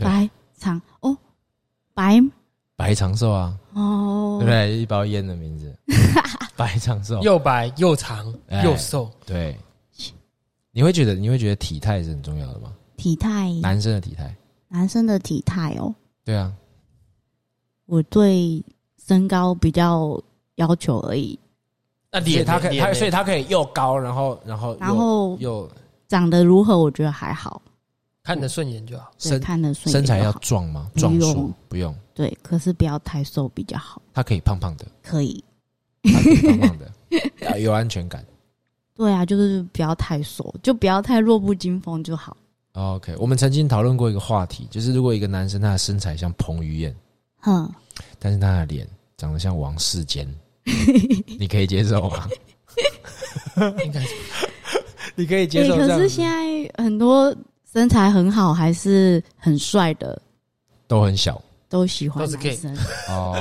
白长寿啊， 哦， 对不对？一包烟的名字，白长寿， 又白又长又瘦， 对。你会觉得体态是很重要的吗？ 体态， 男生的体态哦， 对啊， 我对身高比较要求而已。 那所以他可以又高，然后又长得如何，我觉得还好。 看得顺眼就好， 看得顺眼。 身材要壮吗？壮硕不用。 对，可是不要太瘦比较好。 他可以胖胖的， 可以， 胖胖的，有安全感。 对啊，就是不要太瘦，就不要太弱不禁风就好。 OK， 我们曾经讨论过一个话题，就是如果一个男生他的身材像彭于晏，但是他的脸长得像王世坚，你可以接受吗？ 应该是， 你可以接受这样。 可是现在很多身材很好还是很帅的都很小， 都喜欢男生。 哦，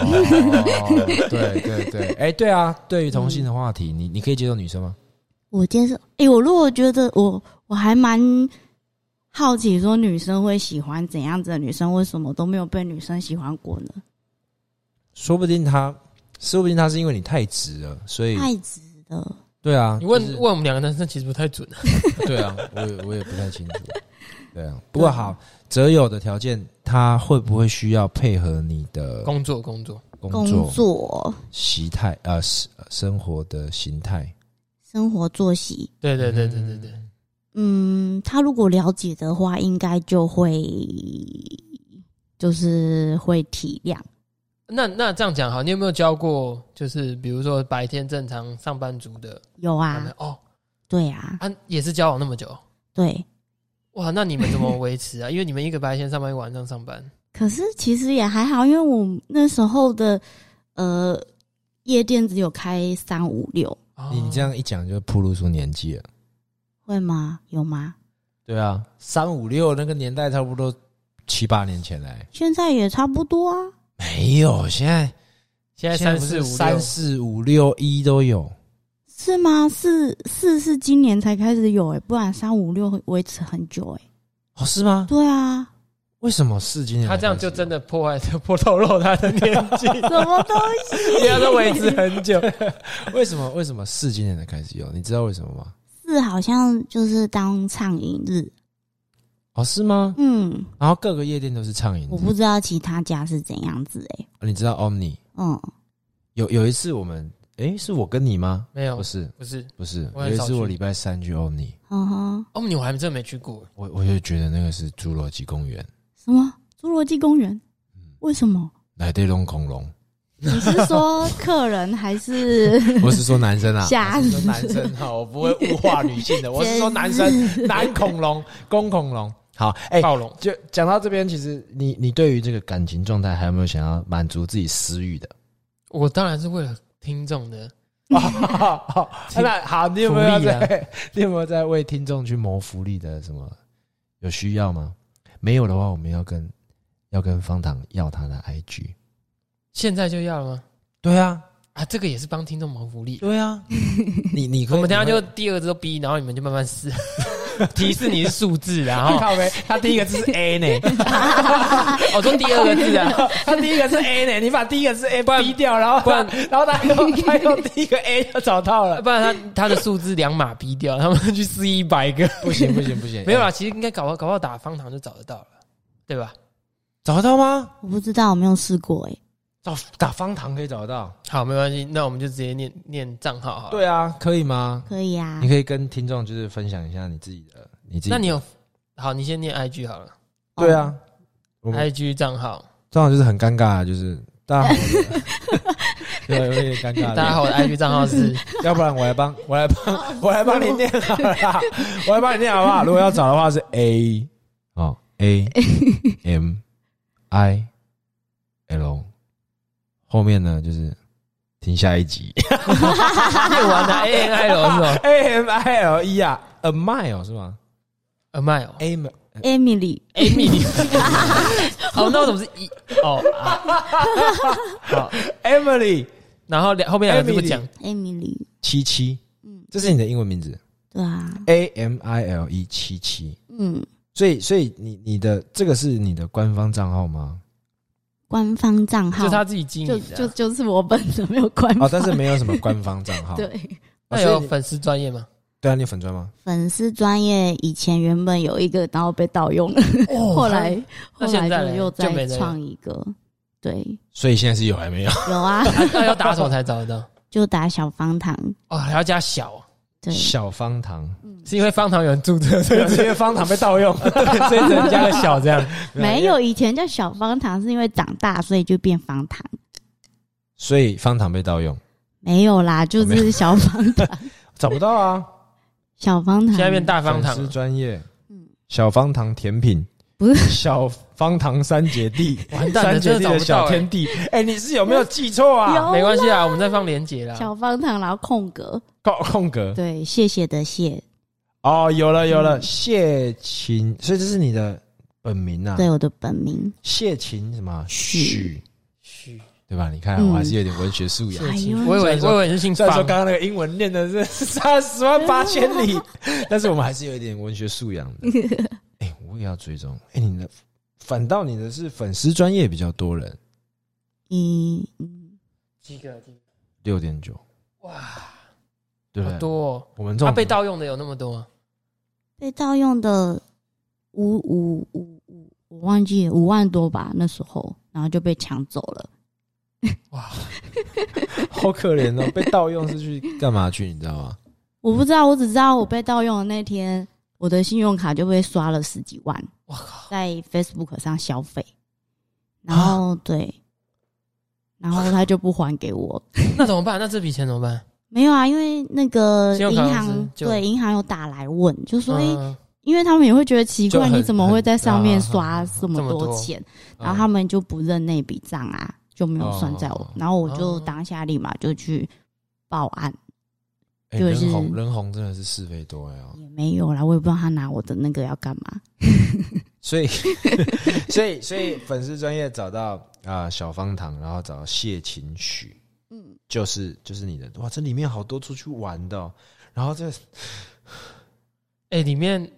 对，对啊，对于同性的话题，你可以接受女生吗？ 我接受。我如果觉得我还蛮好奇，说女生会喜欢怎样子的女生，为什么都没有被女生喜欢过呢？ 说不定他是因为你太直了，所以太直了。 对啊， 你问我们两个男生其实不太准。 对啊，我也不太清楚。对啊，不过好，择友的条件，他会不会需要配合你的工作习态生活的形态、 生活作息？ 对。 他如果了解的话，应该就会会体谅。 那这样讲好，你有没有教过？就是比如说白天正常上班族的？ 有啊。哦，对啊。 也是交往那么久？ 对。 哇，那你们怎么维持啊？因为你们一个白天上班，一个晚上上班。 可是其实也还好，因为我那时候的夜店只有开3、5、6。 你这样一讲就暴露出年纪了。 会吗？有吗？ 对啊，3、5、6那个年代差不多7、8年前来。 现在也差不多啊。 没有，现在 3、4、 5、6、1都有。 是吗？4是今年才开始有不然3、5、6维持很久哦，是吗？ 对啊。 为什么4今年？ 他这样就真的透露他的年纪。 什么东西？ 因为他都维持很久。 为什么4今年才开始有？你知道为什么吗 ？4好像就是当畅饮日。 哦，是吗？然后各个夜店都是畅饮日。 我不知道其他家是怎样子你知道 Omni？有一次我们是我跟你吗？ 没有， 不是， 有一次我礼拜3去欧尼， 欧尼我还真没去过， 我就觉得那个是侏罗纪公园。 什么侏罗纪公园？为什么？ 来对龙恐龙。 你是说客人还是？ 我是说男生啊， 吓死！男生哈，我不会物化女性的，我是说男生，男恐龙，公恐龙。好， 暴龙。 就讲到这边，其实你对于这个感情状态，还有没有想要满足自己私欲的？ 我当然是为了听众的。 那好，你有没有在为听众去谋福利的什么？有需要吗？没有的话，我们要跟方糖要他的 IG。 现在就要了吗？ 对啊， 这个也是帮听众谋福利。 对啊，你可以， 我们等一下就第二个字都 B， 然后你们就慢慢试。提示你是数字，然后他第一个字是 A 呢。 我说第二个字啊， 他第一个是 A 呢，你把第一个字 A 逼掉，然后他用第一个 A 就找到了， 不然他的数字2码逼掉，他们去试100个， 不行， 没有啦，其实应该搞不好打方糖就找得到了，对吧？ 找得到吗？ 我不知道，我没有试过打方糖可以找得到。好， 没关系，那我们就直接念账号好了。 对啊，可以吗？ 可以啊。 你可以跟听众就是分享一下你自己的。 那你有好，你先念 IG 好了。 对啊 ，IG 账号就是很尴尬，就是大家好，对，有点尴尬。 大家好，我的 IG 账号是， 要不然我来帮你念好了啦，我来帮你念好不好？如果要找的话是 AMIL。后面呢，就是听下一集。 念完了 AMIL 是吧 ？AMILE 啊 ，A mile 是吗 ？A mile。 Emily。 好，那为什么是好 Emily， 然后后面两个字不讲 Emily 77，这是你的英文名字。 对啊 ，AMILE 77。所以你的这个是你的官方账号吗？ 官方账号就他自己经营的， 就是我本人没有官方但是没有什么官方账号。 对， 那有粉丝专页吗？ 对啊，你有粉专吗？ 粉丝专页以前原本有一个，然后被盗用了，后来就又再创一个。对， 所以现在是有还没有？ 有啊。 那要打什么才找得到？ 就打小方糖还要加小。 对， 小方糖是因为方糖有人注册，所以是因为方糖被盗用， 所以只能加个小这样。 没有，以前叫小方糖是因为长大所以就变方糖， 所以方糖被盗用。 没有啦，就是小方糖找不到啊。 小方糖现在变大方糖， 粉丝专业。小方糖甜品不是小方糖三姐弟， 完蛋了， 三姐弟的小天地。你是有没有记错啊？ 没关系啊，我们再放连结啦。 小方糖然后空格。 对， 谢谢的谢。 有了，谢琴，所以这是你的本名啊？ 对，我的本名谢琴什么许， 对吧？你看，我还是有点文学素养。 我以为是姓方。 虽然说刚刚那个英文念的是30万8千里，但是我们还是有一点文学素养的。我也要追踪。反倒你的是粉丝专业比较多人。 几个 6.9。 哇， 对不对？ 好多哦。 我们这种被盗用的有那么多吗？ 被盗用的我忘记了5万多吧，那时候，然后就被抢走了。 哇，好可怜哦！被盗用是去干嘛去？你知道吗？ 我不知道，我只知道我被盗用的那天，我的信用卡就被刷了10几万。 哇靠！ 在 Facebook 上消费，然后对，然后他就不还给我。 那怎么办？那这笔钱怎么办？ 没有啊，因为那个银行有打来问，就说因为他们也会觉得奇怪，你怎么会在上面刷这么多钱？然后他们就不认那笔账啊，就没有算在我。然后我就当下立马就去报案。就是人红真的是是非多也没有啦，我也不知道他拿我的那个要干嘛。 所以粉丝专业找到小方糖，然后找到谢琴许，就是你的。哇，这里面好多出去玩的哦。然后里面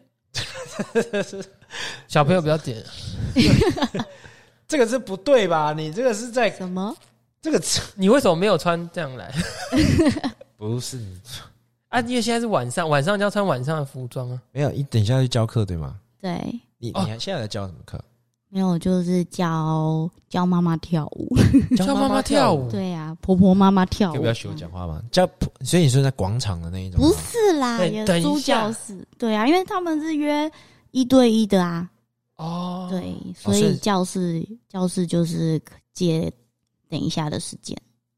小朋友不要点。 这个是不对吧？你这个是在什么？ 这个你为什么没有穿这样来？ 不是你因为现在是晚上就要穿晚上的服装啊。 没有，你等一下去教课对吗？ 对。 你现在在教什么课？ 没有，就是教妈妈跳舞， 教妈妈跳舞。 对啊，婆婆妈妈跳舞。 要不要学我讲话吗？所以你说在广场的那一种？ 不是啦，也租教室。对啊，因为他们是约1对1的啊。 哦， 对，所以教室就是接等一下的时间。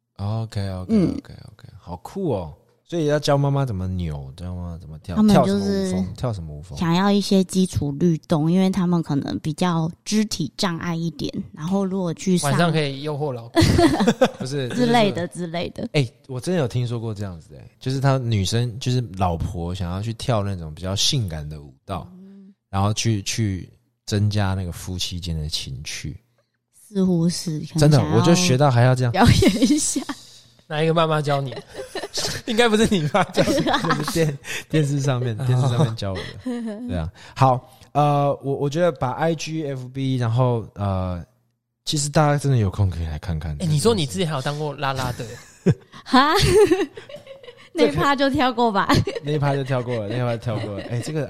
OK， 好酷哦！所以要教妈妈怎么扭，教妈妈怎么跳， 他们就是跳什么舞风？ 想要一些基础律动，因为他们可能比较肢体障碍一点，然后如果去上晚上可以诱惑老公， 不是之类的。 我真的有听说过这样子就是他女生就是老婆想要去跳那种比较性感的舞蹈，然后去增加那个夫妻间的情趣。 似乎是真的，我就学到还要这样表演一下。 哪一个妈妈教你？应该不是你妈教你， 就是电视上面教我的。对啊，好，我觉得把 IG、FB， 然后其实大家真的有空可以来看看。 你说你之前还有当过啦啦队？ 哈，那一趴就跳过吧。 那一趴就跳过了。这个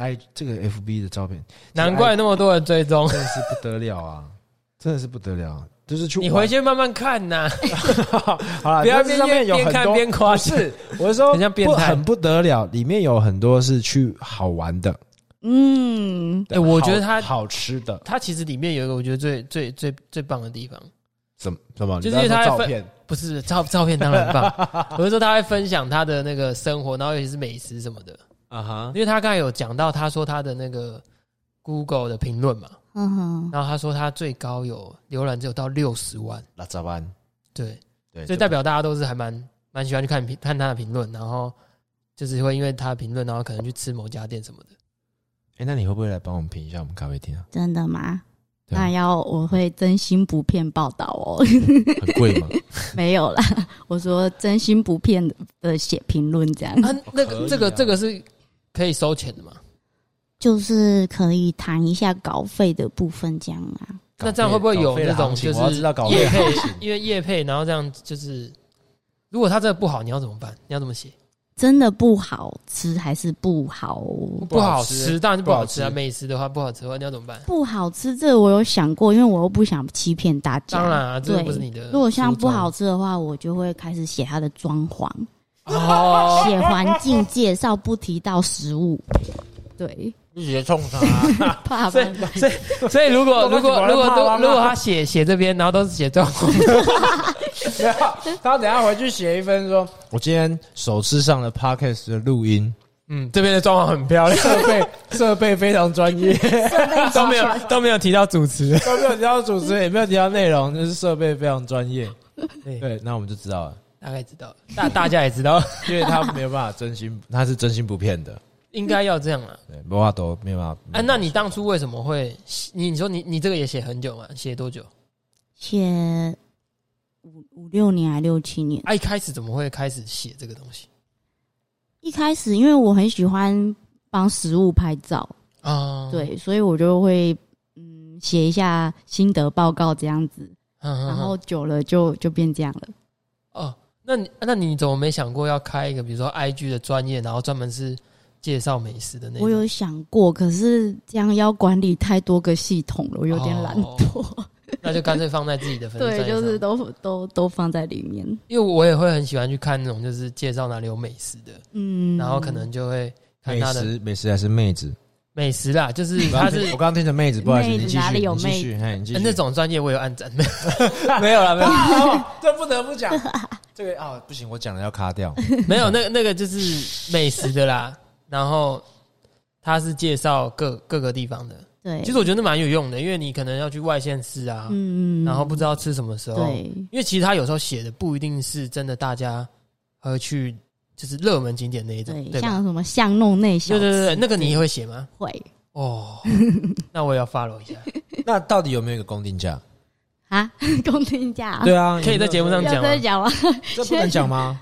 FB 的照片， 难怪那么多人追踪， 真的是不得了啊！真的是不得了。就是去你回去慢慢看呐， 好啦， 不要边看边夸。 是，我是说很像变态， 很不得了。里面有很多是去好玩的， 我觉得它好吃的。 它其实里面有一个我觉得最棒的地方， 什么？ 就是因为它照片不是照片当然棒，我是说他会分享他的那个生活，然后尤其是美食什么的啊哈。因为他刚才有讲到，他说他的那个 Google 的评论嘛。然后他说他最高有浏览只有到60万 ，60万， 对，所以代表大家都是还蛮喜欢去看他的评论，然后就是会因为他的评论，然后可能去吃某家店什么的。 那你会不会来帮我们评一下我们咖啡厅啊？ 真的吗？那我会真心不骗报道哦。 很贵吗？ 没有啦，我说真心不骗的写评论这样。 这个是可以收钱的吗？ 就是可以谈一下稿费的部分这样啊。 那这样会不会有那种就是业配？因为业配，然后这样就是，如果他这个不好，你要怎么办？你要怎么写？ 真的不好吃还是不好？ 不好吃，当然是不好吃啊。美食的话不好吃的话，你要怎么办？ 不好吃，这个我有想过，因为我又不想欺骗大家。 当然啊，这不是你的。 如果像不好吃的话，我就会开始写它的装潢，写环境介绍，不提到食物。对。 直接冲他， 怕所以如果他写这边，然后都是写状况， 没有，他等一下回去写一份说，我今天首次上了 Podcast 的录音， 这边的状况很漂亮， 设备非常专业， 都没有提到主持， 也没有提到内容，就是设备非常专业，对，那我们就知道了， 大概知道，大家也知道， 因为他没有办法他是真心不骗的。 应该要这样啦， 对，没办法，没有办法。 那你当初为什么会？你说你这个也写很久吗？写多久？ 写5-6年还6-7年。 一开始怎么会开始写这个东西？ 一开始因为我很喜欢帮食物拍照啊，对，所以我就会写一下心得报告这样子，然后久了就变这样了。 哦，那你怎么没想过要开一个比如说 IG 的专页，然后专门是介绍美食的那种？ 我有想过，可是这样要管理太多个系统了，我有点懒惰。 那就干脆放在自己的粉丝专页上。 对，就是都放在里面。 因为我也会很喜欢去看那种就是介绍哪里有美食的，然后可能就会看他的美食还是妹子。 美食啦，就是他是我刚刚听成妹子，不好意思，你继续， 哪里有妹子？ 那种专业我有按赞，没有啦，没有， 这不得不讲。这个不行，我讲了要卡掉。 没有，那个就是美食的啦。然后他是介绍各个地方的， 对， 其实我觉得蛮有用的，因为你可能要去外县市啊，然后不知道吃什么时候， 对， 因为其实他有时候写的不一定是真的大家会去就是热门景点那一种，对， 像什么巷弄内小吃， 对，那个你也会写吗？ 会哦，那我也要 follow 一下。 那到底有没有一个公定价啊？公定价？ 对啊， 可以在节目上讲吗？ 这不能讲吗？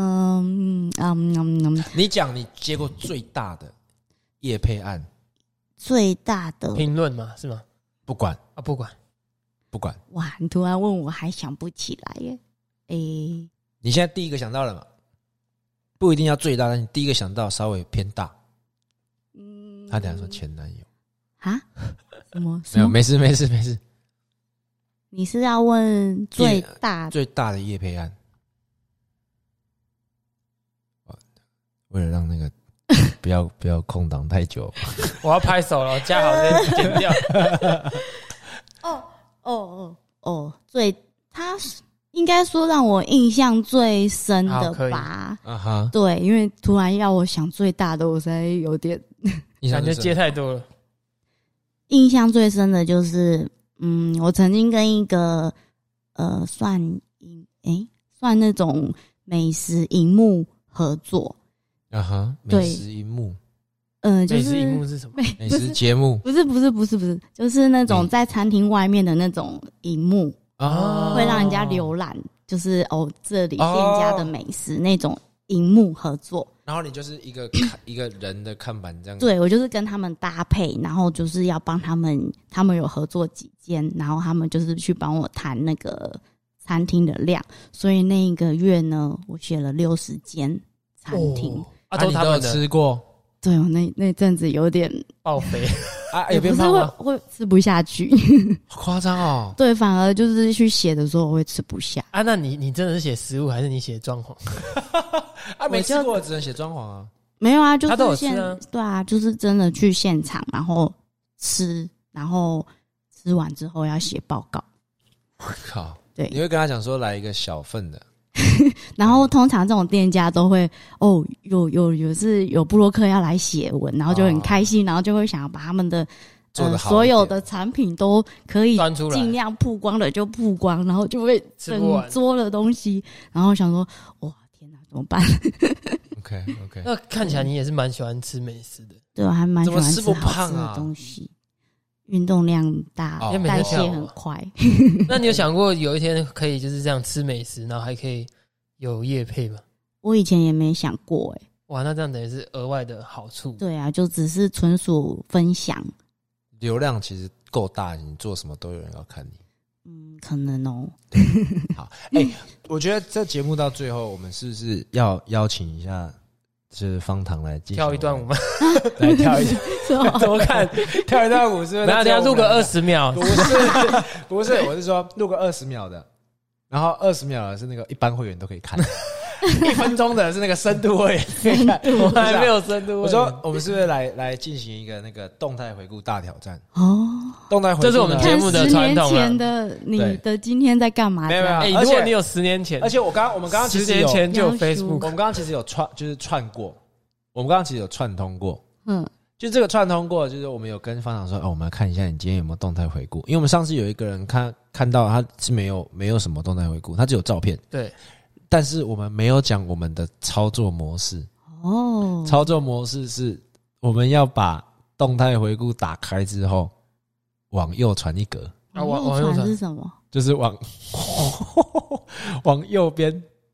你讲你接过最大的业配案， 最大的评论吗？是吗？ 不管啊，不管。 哇，你突然问我还想不起来耶。 你现在第一个想到了嘛？不一定要最大，但你第一个想到稍微偏大。他等下说前男友啊？什么？ 没有，没事。 你是要问最大的业配案？为了让那个不要空档太久， 我要拍手了，加好再剪掉。 他应该说让我印象最深的吧？对，因为突然要我想最大的，我实在有点感觉接太多了。 印象最深的就是，我曾经跟一个算那种美食荧幕合作。 美食荧幕。 就是美食荧幕是什么？ 美食节目？ 不是，就是那种在餐厅外面的那种荧幕。会让人家浏览，就是这里店家的美食那种荧幕合作。 然后你就是一个人的看板这样子。 对，我就是跟他们搭配，然后就是要帮他们有合作几间，然后他们就是去帮我谈那个餐厅的量。所以那一个月呢，我写了60间餐厅。 你都有吃过？ 对，我那阵子有点爆肥有变胖吗？ 会吃不下去， 好夸张哦。 对，反而就是去写的时候我会吃不下。 那你真的是写食物还是你写装潢？ 没吃过只能写装潢啊。 没有啊，就是他都有吃啊。 对啊，就是真的去现场，然后吃，然后吃完之后要写报告。 我靠！ 对， 你会跟他讲说来一个小份的。 然后通常这种店家都会有部落客要来写文，然后就很开心，然后就会想要把他们的所有的产品都可以尽量曝光的就曝光，然后就会整桌的东西，然后想说哇天哪怎么办 ？OK， 那看起来你也是蛮喜欢吃美食的。 对，我还蛮喜欢吃好吃的东西。运动量大，代谢很快。 那你有想过有一天可以就是这样吃美食，然后还可以有业配吗？ 我以前也没想过哇，那这样等于是額外的好处。 对啊，就只是纯属分享。 流量其实够大，你做什么都有人要看你。 可能哦。 好，我觉得这节目到最后，我们是不是要邀请一下？就是方糖来跳一段舞吗？ 来跳一段，怎么看？跳一段舞是不是？ 然后你要录个20秒？ 不是，我是说录个20秒的，然后20秒的是那个一般会员都可以看，1分钟的是那个深度会员可以看。 我还没有深度。 我说我们是不是来进行一个那个动态回顾大挑战？ 动态回顾， 这是我们节目的传统。 10年前的你的今天在干嘛？ 没有。 如果你有10年前， 而且我们刚刚其实 10年前就有 Facebook， 我们刚刚其实有串过，我们刚刚其实有串通过。就这个串通过，就是我们有跟方长说，我们来看一下你今天有没有动态回顾，因为我们上次有一个人看到他是没有什么动态回顾，他只有照片。 对。 但是我们没有讲我们的操作模式。操作模式是我们要把动态回顾打开之后，往右传一格。 往右传是什么？ 就是往右边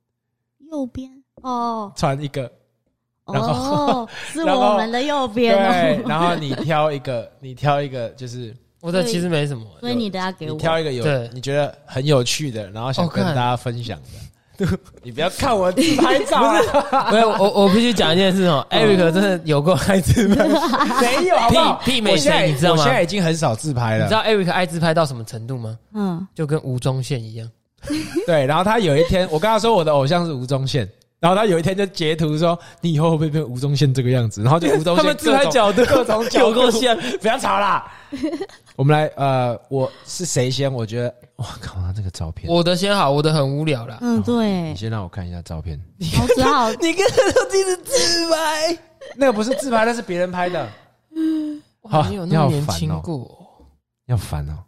传一个。 是我们的右边。 对，然后你挑一个，就是我的其实没什么， 所以你的要给我。 你挑一个你觉得很有趣的，然后想跟大家分享的。你不要看我自拍照。 不是，我必须讲一件事Eric 真的有够爱自拍。 没有，好不好？ 屁美谁你知道吗？ 我现在已经很少自拍了。 你知道 Eric 爱自拍到什么程度吗？就跟吴宗宪一样。 对，然后他有一天，我跟他说我的偶像是吴宗宪。然后他有一天就截图说：“你以后会不会变吴宗宪这个样子？”然后就吴宗宪他们自拍角度各种角度有够像， 不要吵啦。我们来我是谁先？我觉得哇靠，他这个照片， 我的先好，我的很无聊啦。 对， 你先让我看一下照片。 我只好你跟他都一直自拍， 那个不是自拍，那是别人拍的。 好，你有那么年轻过？ 要烦哦。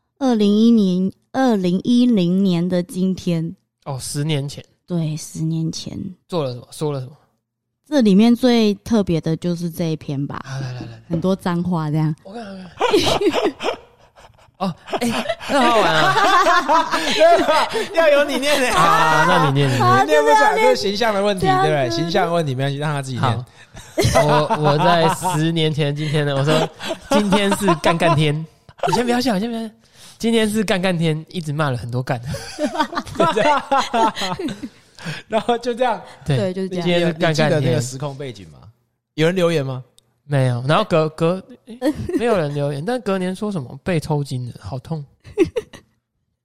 2010年的今天 ，10年前。 对，10年前做了什么？说了什么？ 这里面最特别的就是这一篇吧。 来， 很多脏话这样。 我看。那好玩啊！ 要由你念的啊，那你念， 你念不出来，这是形象的问题，对不对？形象的问题没关系，让他自己念。 我在10年前今天呢，我说今天是干天，你先不要笑，今天是干天，一直骂了很多干。 然后就这样， 对，就是这样。 今天是干天。你记得那个时空背景吗？有人留言吗？ 没有。然后没有人留言，但隔年说什么被抽筋了，好痛。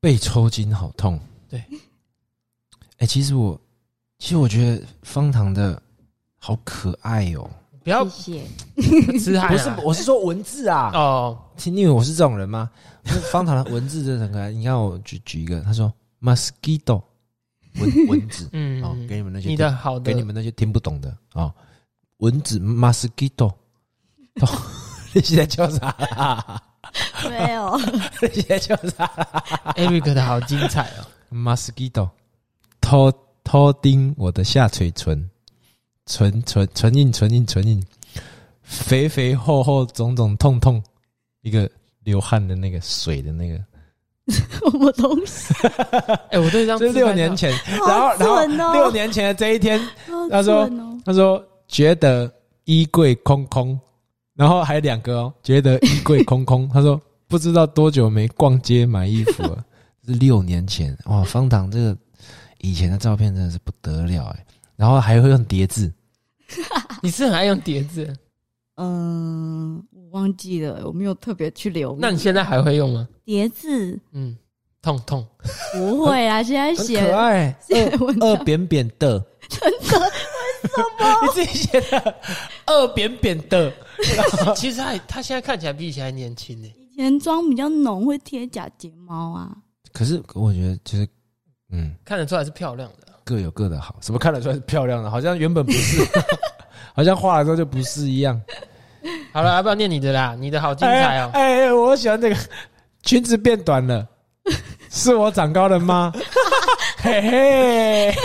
背抽筋好痛。 对， 其实我觉得方糖的好可爱哦。 不要谢吃海， 不是，我是说文字啊。 哦， 你以为我是这种人吗？方糖的文字真的很可爱。你看我举一个，他说 mosquito 蚊子，给你们那些你的好的， 给你们那些听不懂的啊，蚊子 mosquito， 你现在叫啥啦？ 没有， 你现在叫啥啦 ？Eric 的好精彩哦 ，mosquito 偷叮我的下垂唇。唇印，肥肥厚厚，肿肿痛痛，一个流汗的那个水的那个， 什么东西？ 我对这张这是6年前，然后6年前的这一天，他说觉得衣柜空空，然后还2个哦，觉得衣柜空空，他说不知道多久没逛街买衣服了，是6年前哇！方糖这个以前的照片真的是不得了然后还会用叠字， 你是很爱用叠字？ 我忘记了，我没有特别去留意。 那你现在还会用吗？ 叠字， 痛不会啦，现在写很可爱，二扁扁的， 真的？为什么？ 你自己写的二扁扁的。 其实他现在看起来比以前还年轻呢。 以前妆比较浓，会贴假睫毛啊。 可是我觉得就是， 看得出来是漂亮的。 各有各的好，什么看得出来是漂亮的，好像原本不是，好像画了之后就不是一样。 好了，要不要念你的啦？你的好精彩哦！ 我喜欢这个裙子变短了，是我长高了吗？嘿嘿，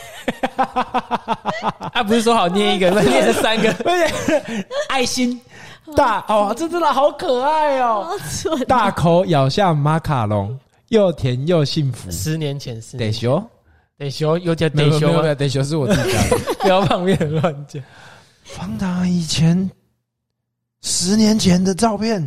不是说好念一个，念了3个， 爱心大哦，这真的好可爱哦！ 好大口咬下马卡龙，又甜又幸福。 10年前得修。 得修有点得修吗？ 得修是我自己家的， 不要旁边乱讲。 方糖以前10年前的照片，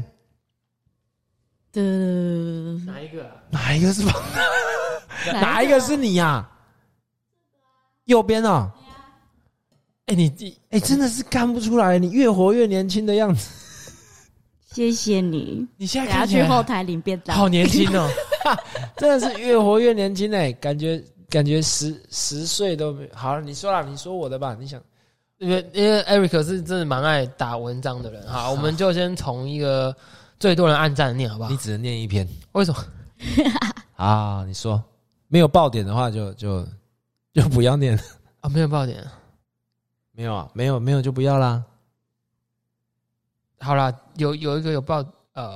哪一个啊？ 哪一个是方糖？哪一个是你啊？右边啊？ 你真的是看不出来，你越活越年轻的样子。 谢谢你， 你现在看起来去后台领便当， 好年轻哦， 真的是越活越年轻感觉10岁都没好了。你说啦，你说我的吧，你想。 因为 Eric 是真的蛮爱打文章的人，好，我们就先从一个最多人按赞的念好不好？ 你只能念一篇， 为什么？ 啊，你说没有爆点的话就不要念啊，没有爆点， 没有啊，没有就不要啦。 好啦，有一个有爆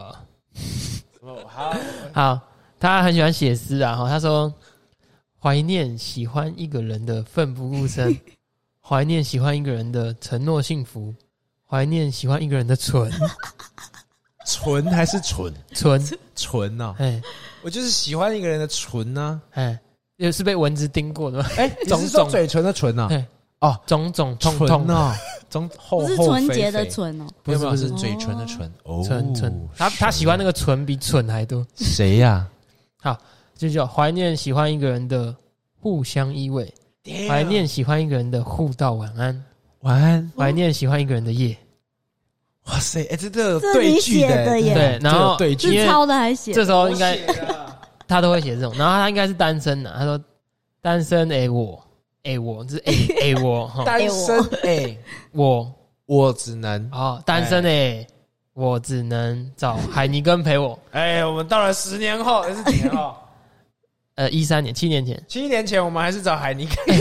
好，他很喜欢写诗啊，他说怀念喜欢一个人的奋不顾身。怀念喜欢一个人的承诺幸福，怀念喜欢一个人的唇， 唇还是唇？唇啊！我就是喜欢一个人的唇啊！ 也是被蚊子叮过的吗？ 你是说嘴唇的唇啊？ 种种痛痛啊， 不是纯洁的纯哦， 不是嘴唇的唇哦， 唇。他喜欢那个唇比蠢还多。 谁呀？ 好，就叫怀念喜欢一个人的互相依偎。怀念喜欢一个人的互道晚安， 晚安。 怀念喜欢一个人的夜。 哇塞，这有对句的耶。 对，然后对句是抄的还写。 这时候应该他都会写这种，然后他应该是单身的。他说单身我，这是我单身我只能单身我只能找海尼根陪我。 我们到了10年后，是几年后 ？13年，7年前。 7年前，我们还是找海尼根。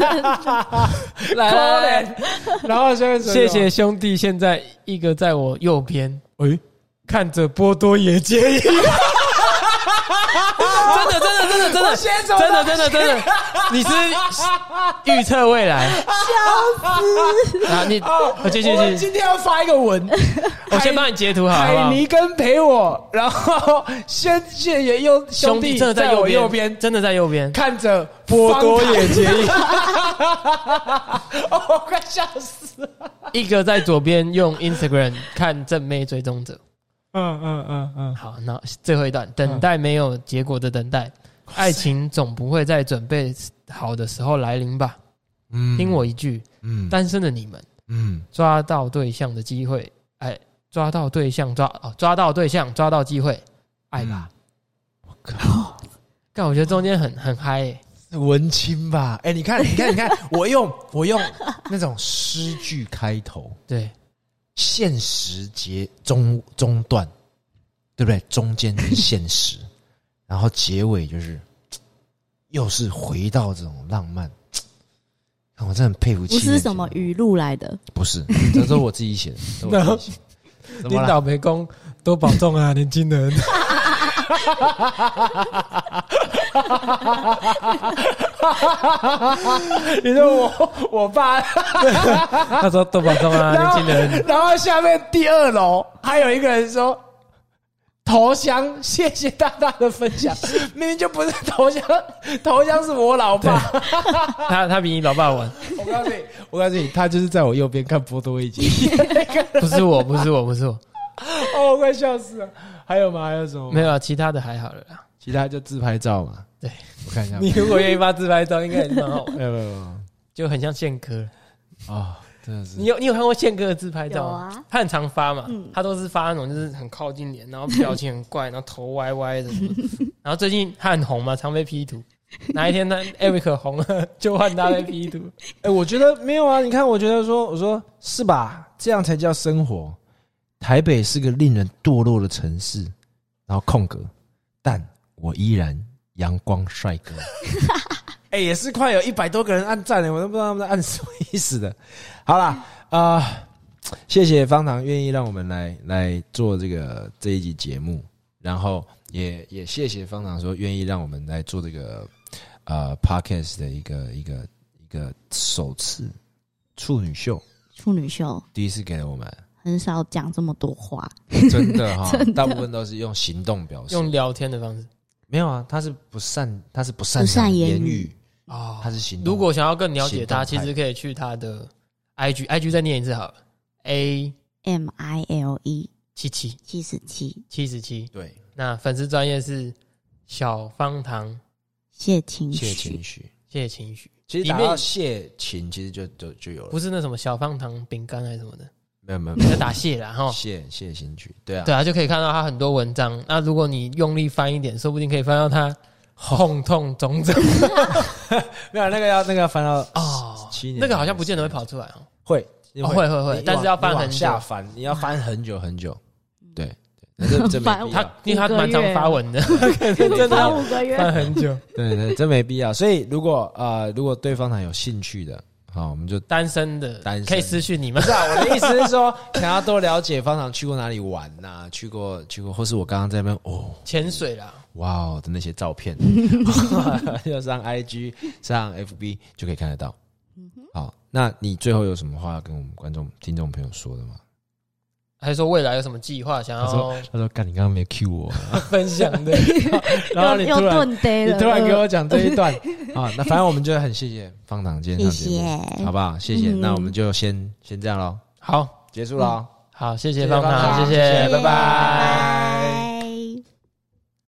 来，然后谢谢兄弟，现在一个在我右边，看着波多野结衣。真的，你是预测未来， 笑死！ 啊，我继续。 我今天要发一个文， 我先帮你截图好。 海尼根陪我，然后先也用兄弟真的在我右边， 真的在右边， 看着波多野结衣。我快笑死了！ 一个在左边用 Instagram 看正妹追踪者。好，那最后一段，等待没有结果的等待，爱情总不会在准备好的时候来临吧？听我一句，单身的你们，抓到对象的机会，抓到对象，抓到机会，爱吧。 我靠， 但我觉得中间很嗨耶， 文青吧？你看，我用那种诗句开头， 对， 现实中段，对不对？中间是现实，然后结尾就是又是回到这种浪漫。我真的很佩服。 不是什么语录来的， 不是，这都是我自己写的。 领导没功，多保重啊，年轻人。 你说我爸， 他说多保重啊，年轻人。 然后下面第2楼还有一个人说投降，谢谢大大的分享。明明就不是投降，投降是我老爸。 他比你老爸晚。 我告诉你，他就是在我右边看波多一集。 不是我。 哦，我快笑死了。还有吗？还有什么？ 没有啊，其他的还好了啦。 其他就自拍照嘛。 对， 我看一下。 你如果愿意发自拍照，应该也是蛮好玩。 没有， 就很像宪哥啊，真的是。 你有看过宪哥的自拍照吗？ 有啊， 他很常发嘛，他都是发那种就是很靠近脸，然后表情很怪，然后头歪歪的。然后最近他很红嘛，常被 P 图。哪一天他 Eric 红了，就换他被 P 图。 我觉得没有啊。你看，我觉得我说是吧？这样才叫生活。台北是个令人堕落的城市，然后空格，但我依然阳光帅哥。也是快有100多个人按赞了，我都不知道他们在按什么意思的。好啦，谢谢方糖愿意让我们来做这一集节目，然后也谢谢方糖说愿意让我们来做这个podcast 的一个首次处女秀，第一次给了我们。 很少讲这么多话， 真的哈，大部分都是用行动表示， 用聊天的方式。 没有啊，他是不擅长言语哦， 他是行动。 如果想要更了解他，其实可以去他的 IG 再念一次好了 AMILE 77。 对， 那粉丝专页是小方糖谢情绪。其实打到谢情，其实就有了， 不是那什么小方糖饼干还是什么的。 没有， 要打谢啦哈， 谢情绪，对啊， 对啊，就可以看到他很多文章。那如果你用力翻一点，说不定可以翻到他痛痛种种。 没有那个要翻到7年， 那个好像不见得会跑出来哦。 会， 但是要翻很久， 下翻，你要翻很久。对，这没必要， 因为他蛮常发文的，真的翻5个月， 翻很久。 对，真没必要。所以如果对方有兴趣的。好，我们就单身可以私讯你们。 不是啊，我的意思是说，想要多了解方糖去过哪里玩呐、去过，或是我刚刚在那边潜水啦， 哇哦的那些照片，就上 IG 上 FB 就可以看得到。好，那你最后有什么话要跟我们观众、听众朋友说的吗？ 还是说未来有什么计划想要？ 他说干，你刚刚没 cue 我分享的， 然后你突然给我讲这一段啊，那反正我们就很谢谢方糖今天上节目，好不好？谢谢，那我们就先这样咯。 好， 结束咯。 好，谢谢方糖，谢谢，拜拜。